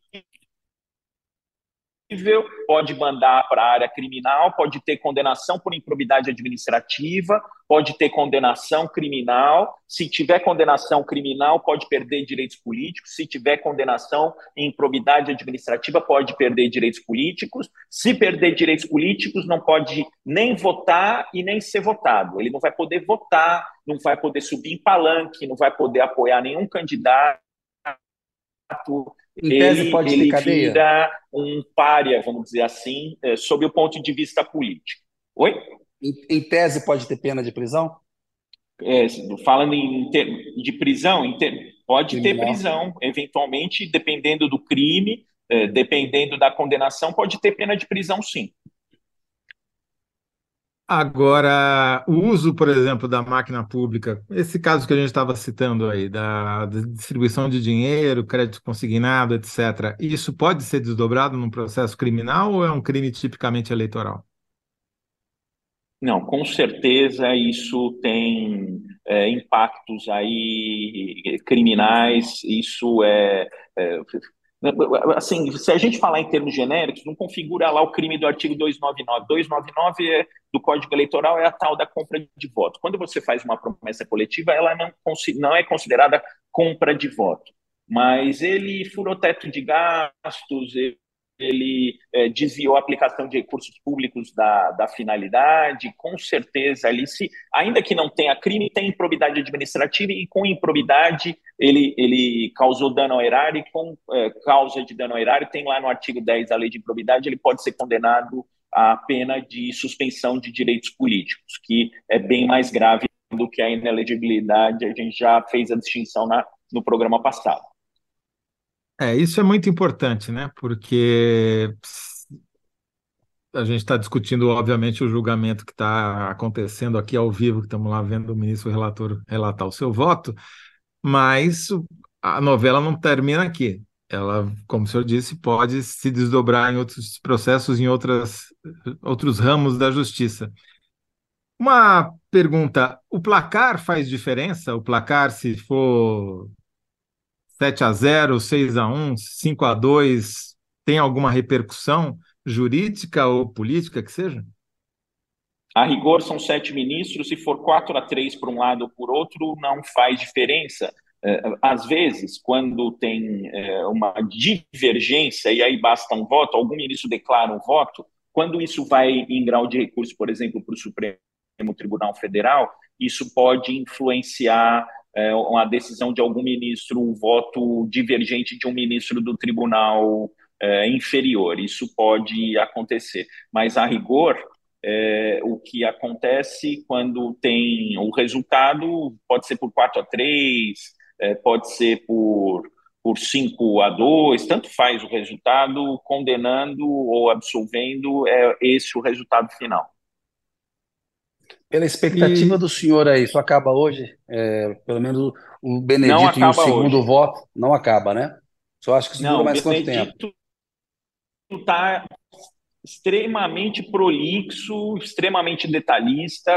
pode mandar para a área criminal, pode ter condenação por improbidade administrativa, pode ter condenação criminal. Se tiver condenação criminal, pode perder direitos políticos. Se tiver condenação em improbidade administrativa, pode perder direitos políticos. Se perder direitos políticos, não pode nem votar e nem ser votado. Ele não vai poder votar, não vai poder subir em palanque, não vai poder apoiar nenhum candidato, Em tese, pode ter ele cadeia? vira um pária, vamos dizer assim, sob o ponto de vista político. Oi? Em tese, pode ter pena de prisão? É, falando de prisão, pode ter Criminal. prisão, eventualmente, dependendo do crime, dependendo da condenação, pode ter pena de prisão, sim. agora, o uso, por exemplo, da máquina pública, esse caso que a gente estava citando aí, da distribuição de dinheiro, crédito consignado, etc., isso pode ser desdobrado num processo criminal ou é um crime tipicamente eleitoral? Não, com certeza isso tem impactos aí criminais, é, assim, se a gente falar em termos genéricos, não configura lá o crime do artigo 299. 299 do Código Eleitoral é a tal da compra de voto. Quando você faz uma promessa coletiva, ela não é considerada compra de voto, mas ele furou teto de gastos, ele desviou a aplicação de recursos públicos da finalidade, com certeza ali, ainda que não tenha crime, tem improbidade administrativa e com improbidade ele causou dano ao erário e com causa de dano ao erário, tem lá no artigo 10 da lei de improbidade, ele pode ser condenado à pena de suspensão de direitos políticos, que é bem mais grave do que a inelegibilidade, a gente já fez a distinção no programa passado. Isso é muito importante, né? Porque a gente está discutindo, obviamente, o julgamento que está acontecendo aqui ao vivo, que estamos lá vendo o ministro relator relatar o seu voto, mas a novela não termina aqui. Ela, como o senhor disse, pode se desdobrar em outros processos, em outros ramos da justiça. Uma pergunta: o placar faz diferença? O placar, se for 7-0, 6-1, 5-2, tem alguma repercussão jurídica ou política que seja? A rigor, são 7 ministros, se for 4-3 por um lado ou por outro, não faz diferença. Às vezes, quando tem uma divergência, e aí basta um voto, algum ministro declara um voto, quando isso vai em grau de recurso, por exemplo, para o Supremo Tribunal Federal, isso pode influenciar uma decisão de algum ministro, o voto divergente de um ministro do tribunal inferior. Isso pode acontecer. Mas, a rigor, o que acontece quando tem o resultado, pode ser por 4-3, pode ser por 5-2, tanto faz o resultado, condenando ou absolvendo, é esse o resultado final. Pela expectativa E do senhor aí, isso acaba hoje? Pelo menos o Não Benedito em um acaba segundo hoje. voto não acaba, né? Só acho que isso dura Não, o mais quanto tempo? Benedito está extremamente prolixo, extremamente detalhista.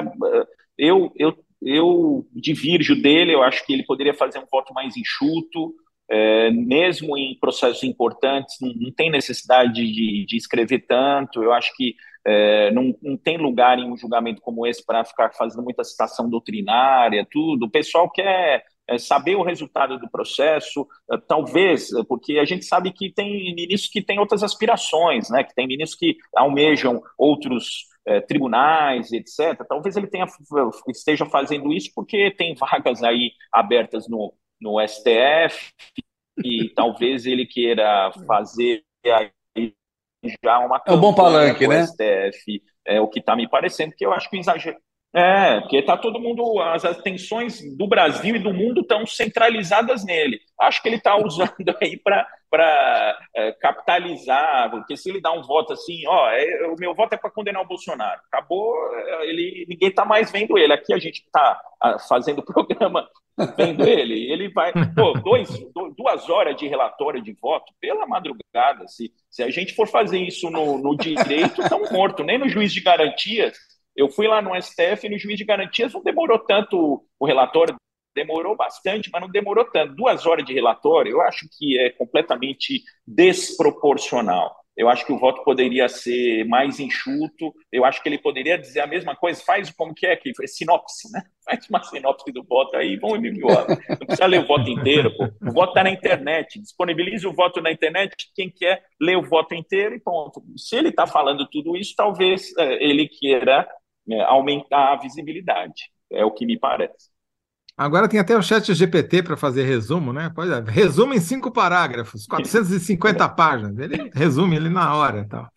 Eu divirjo dele, eu acho que ele poderia fazer um voto mais enxuto, mesmo em processos importantes, não tem necessidade de escrever tanto. Eu acho que não tem lugar em um julgamento como esse para ficar fazendo muita citação doutrinária, tudo. O pessoal quer saber o resultado do processo, talvez, porque a gente sabe que tem ministros que têm outras aspirações, né? Que tem ministros que almejam outros tribunais, etc. Talvez ele esteja fazendo isso porque tem vagas aí abertas no STF e talvez ele queira fazer aí já uma É um bom campanha palanque, para o né? STF, o que está me parecendo, que eu acho que exagero. Porque está todo mundo, as atenções do Brasil e do mundo estão centralizadas nele. Acho que ele está usando aí para capitalizar, porque se ele dá um voto assim, o meu voto é para condenar o Bolsonaro, acabou, ninguém está mais vendo ele. Aqui a gente está fazendo o programa vendo ele. Ele vai. Pô, 2 horas de relatório de voto pela madrugada. Se a gente for fazer isso no direito, estamos mortos. Nem no juiz de garantias. Eu fui lá no STF e no juiz de garantias não demorou tanto o relatório. Demorou bastante, mas não demorou tanto. 2 horas de relatório, eu acho que é completamente desproporcional. Eu acho que o voto poderia ser mais enxuto. Eu acho que ele poderia dizer a mesma coisa. Faz como que é sinopse, né? Faz uma sinopse do voto aí, vamos embora. Não precisa ler o voto inteiro, pô. O voto está na internet. Disponibilize o voto na internet. Quem quer ler o voto inteiro e ponto. Se ele está falando tudo isso, talvez ele queira aumentar a visibilidade. É o que me parece. Agora tem até o chat GPT para fazer resumo, né? Pois é, resumo em 5 parágrafos, 450 páginas. Ele resume ele na hora, tal.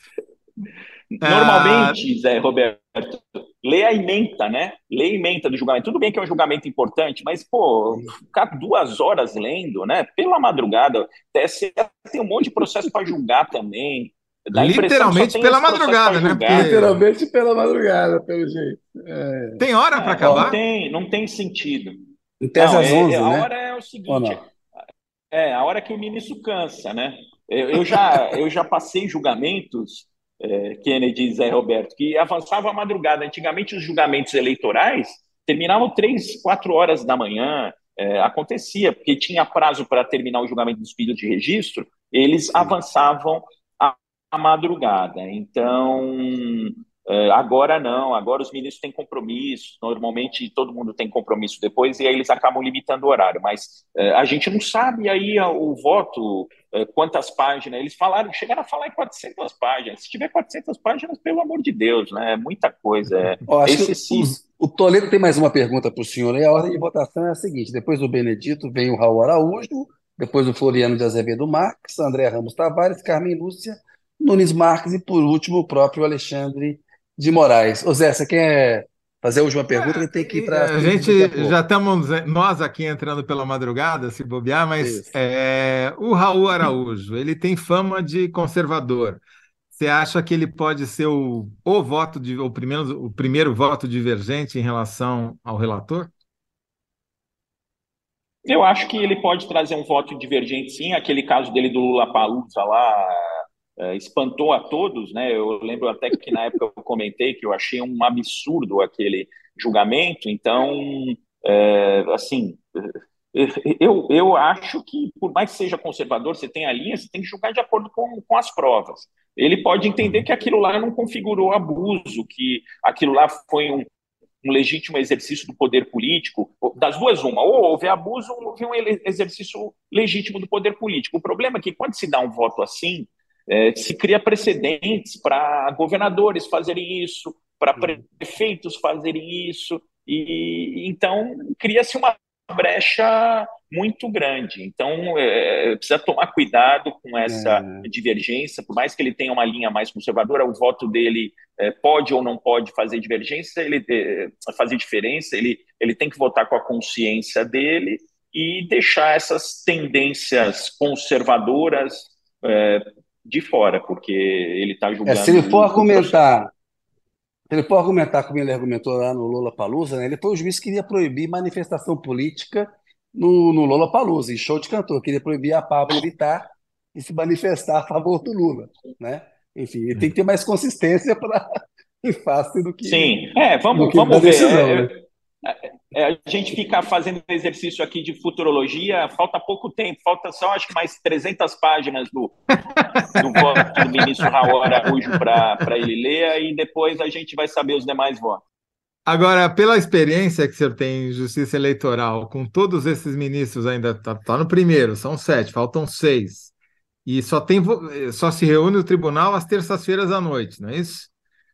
Normalmente, Zé Roberto, lê a ementa, né? Lê a ementa do julgamento. Tudo bem que é um julgamento importante, mas, pô, ficar 2 horas lendo, né? Pela madrugada, TSE tem um monte de processo para julgar também. Dá a impressão que só Literalmente tem pela esse processo para madrugada, né? julgar. Literalmente pela madrugada, pelo jeito. Tem hora para Não acabar? tem, não tem sentido. Em tese Não, às 11, a né? hora é o Ou seguinte, não? a hora que o ministro cansa, né? Eu já passei julgamentos, Kennedy e Zé Roberto, que avançava a madrugada. Antigamente, os julgamentos eleitorais terminavam 3, 4 horas da manhã. Acontecia, porque tinha prazo para terminar o julgamento dos pedidos de registro, eles Sim. avançavam a madrugada. Então, agora não, agora os ministros têm compromisso, normalmente todo mundo tem compromisso depois, e aí eles acabam limitando o horário, mas a gente não sabe aí o voto, quantas páginas, eles chegaram a falar em 400 páginas, se tiver 400 páginas, pelo amor de Deus, né, é muita coisa, Ó, é acho que excessivo. o Toledo tem mais uma pergunta para o senhor aí. A ordem de votação é a seguinte: depois do Benedito vem o Raul Araújo, depois o Floriano de Azevedo Marques, André Ramos Tavares, Carmen Lúcia, Nunes Marques e, por último, o próprio Alexandre de Moraes. Ô Zé, você quer fazer a última pergunta? Ele tem que ir para a A síntese daqui a gente já pouco. estamos, nós aqui entrando pela madrugada, se bobear, mas Isso. o Raul Araújo, ele tem fama de conservador. Você acha que ele pode ser o voto o primeiro voto divergente em relação ao relator? Eu acho que ele pode trazer um voto divergente, sim. Aquele caso dele do Lula Palusa lá espantou a todos, né? Eu lembro até que na época eu comentei que eu achei um absurdo aquele julgamento. Então, assim, eu acho que, por mais que seja conservador, você tem a linha, você tem que julgar de acordo com as provas. Ele pode entender que aquilo lá não configurou abuso, que aquilo lá foi um legítimo exercício do poder político. Das duas, uma, ou houve abuso ou houve um exercício legítimo do poder político. O problema é que, quando se dá um voto assim, se cria precedentes para governadores fazerem isso, para prefeitos fazerem isso, e então cria-se uma brecha muito grande. Então, precisa tomar cuidado com essa É, divergência, por mais que ele tenha uma linha mais conservadora, o voto dele pode ou não pode fazer divergência, fazer diferença, ele tem que votar com a consciência dele e deixar essas tendências conservadoras é, de fora, porque ele está se ele julgando for o processo. argumentar, se ele for argumentar como ele argumentou lá no Lollapalooza, né, ele foi o juiz que queria proibir manifestação política no Lollapalooza, em show de cantor, queria proibir a Pablo Vittar de se manifestar a favor do Lula, né? Enfim, ele tem que ter mais consistência para em face Sim, do vamos, que da vamos ver. decisão, né? A gente fica fazendo exercício aqui de futurologia, falta pouco tempo, falta só acho que mais 300 páginas do voto do ministro Raul Araújo para ele ler, e depois a gente vai saber os demais votos. Agora, pela experiência que o senhor tem em justiça eleitoral, com todos esses ministros ainda, tá no primeiro, são 7, faltam 6. E só se reúne o tribunal às terças-feiras à noite, não é isso?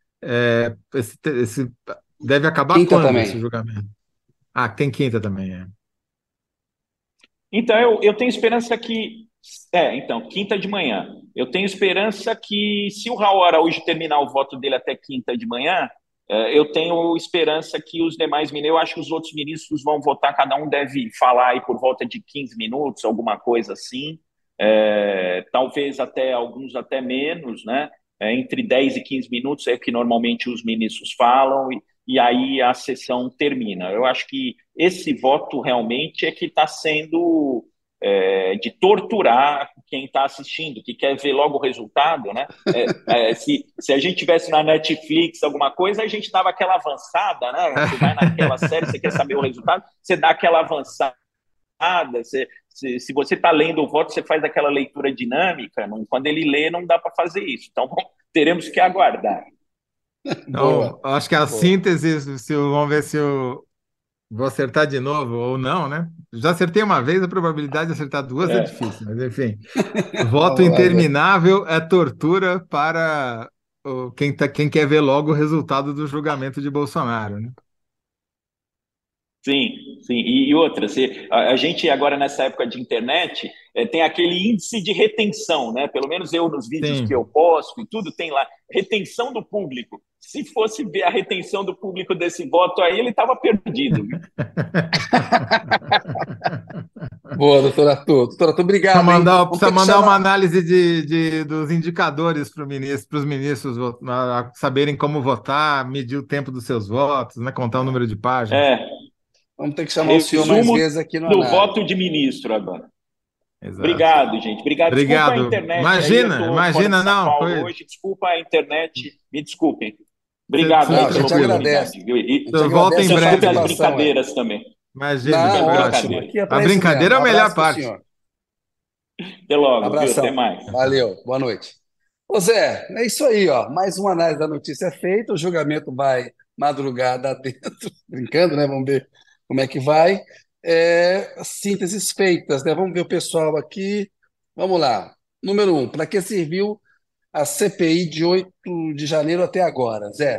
Esse deve acabar Quinta quando esse também. julgamento? Ah, tem quinta também, é. Então, eu tenho esperança que. Então, quinta de manhã. Eu tenho esperança que, se o Raul Araújo terminar o voto dele até quinta de manhã, eu tenho esperança que os demais ministros, eu acho que os outros ministros vão votar, cada um deve falar aí por volta de 15 minutos, alguma coisa assim. Talvez até alguns até menos, né? Entre 10 e 15 minutos é o que normalmente os ministros falam, e aí a sessão termina. Eu acho que esse voto realmente é que está sendo de torturar quem está assistindo, que quer ver logo o resultado, né? Se a gente tivesse na Netflix alguma coisa, a gente dava aquela avançada, né? Você vai naquela série, você quer saber o resultado, você dá aquela avançada, se você está lendo o voto, você faz aquela leitura dinâmica, quando ele lê, não dá para fazer isso. Então, teremos que aguardar. Então, Boa, acho que a boa. síntese, vamos ver se eu vou acertar de novo ou não, né? Já acertei uma vez, a probabilidade de acertar duas é É. difícil, mas enfim. Voto Vamos lá, Zé. interminável é tortura para quem quer ver logo o resultado do julgamento de Bolsonaro, né? Sim, sim. E outra, a gente agora nessa época de internet tem aquele índice de retenção, né? Pelo menos eu nos vídeos que eu Sim. posto e tudo tem lá, retenção do público. Se fosse ver a retenção do público desse voto aí, ele estava perdido, viu? Boa, doutor Arthur. Doutor Arthur, obrigado, hein? Vamos Precisa ter que mandar uma chamar. análise dos indicadores para os ministros saberem como votar, medir o tempo dos seus votos, né? Contar o número de páginas. É, Vamos ter que chamar o senhor mais resumo vezes aqui no do análise. voto de ministro agora. Exato. Obrigado, gente. Obrigado. Desculpa a Obrigado. internet aí, eu Imagina, estou fora de imagina, São não, Paulo foi. hoje. Desculpa a internet, me desculpem. Obrigado Não, aí a pela gente Tranquilo. agradece. oportunidade, viu? A gente Volta em agradece a Desculpe as breve. participação aí. brincadeiras também. Imagina, Não, Desculpe foi as ótimo. ótimo. brincadeiras. Aqui é A para isso mesmo. brincadeira é Um a melhor abraço para o parte. senhor. Até logo, viu? Até Abração. mais. Valeu. Boa noite. Ô Zé, é isso aí, ó. Mais uma análise da notícia feita. O julgamento vai madrugada dentro. Brincando, né? Vamos ver como é que vai. Sínteses feitas, né? Vamos ver o pessoal aqui. Vamos lá. Número um, para que serviu a CPI de 8 de janeiro até agora, Zé?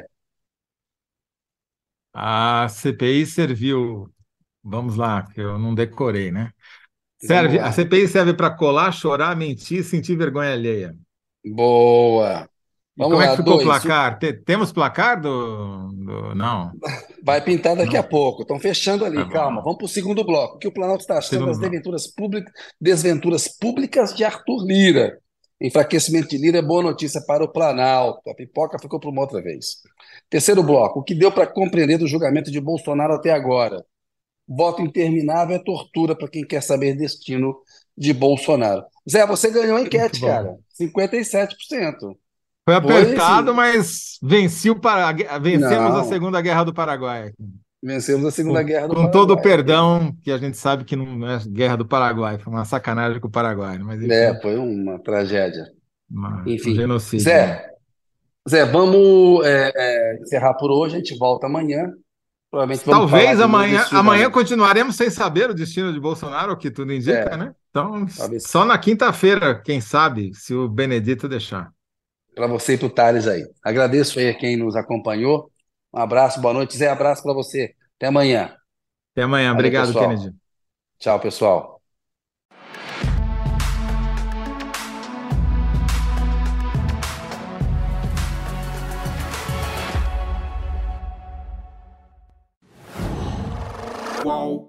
A CPI serviu. Vamos lá, que eu não decorei, né? Vamos A lá. CPI serve para colar, chorar, mentir, sentir vergonha alheia. Boa. E Vamos como é lá, que ficou o dois. placar? Temos placar Não. Vai pintar daqui a Não? pouco. Estão fechando Tá ali, calma. bom. Vamos para o segundo bloco. O que o Planalto está achando Segundo das bloco. desventuras públicas de Arthur Lira? Enfraquecimento de Lira é boa notícia para o Planalto. A pipoca ficou para uma outra vez. Terceiro bloco. O que deu para compreender do julgamento de Bolsonaro até agora? Voto interminável é tortura para quem quer saber destino de Bolsonaro. Zé, você ganhou a Muito enquete, bom. cara. 57%. Foi Foi, apertado, sim. mas vencemos a Não. Segunda Guerra do Paraguai. Vencemos a Segunda Guerra do Com todo o Paraguai aqui. perdão, que a gente sabe que não é Guerra do Paraguai, foi uma sacanagem com o Paraguai, né? Mas enfim, Foi uma tragédia. um Enfim. genocídio, né? Zé, vamos encerrar por hoje. A gente volta amanhã. Provavelmente vamos falar Talvez de novo amanhã, desse amanhã julgamento. continuaremos sem saber o destino de Bolsonaro, o que tudo indica, É, né? Então, talvez só na quinta-feira, quem sabe, se o Benedito deixar. para você e para o Thales aí. Agradeço aí a quem nos acompanhou. Um abraço, boa noite. Zé, abraço para você. Até amanhã. Até amanhã. Valeu, Obrigado, pessoal. Kennedy. Tchau, pessoal. Qual?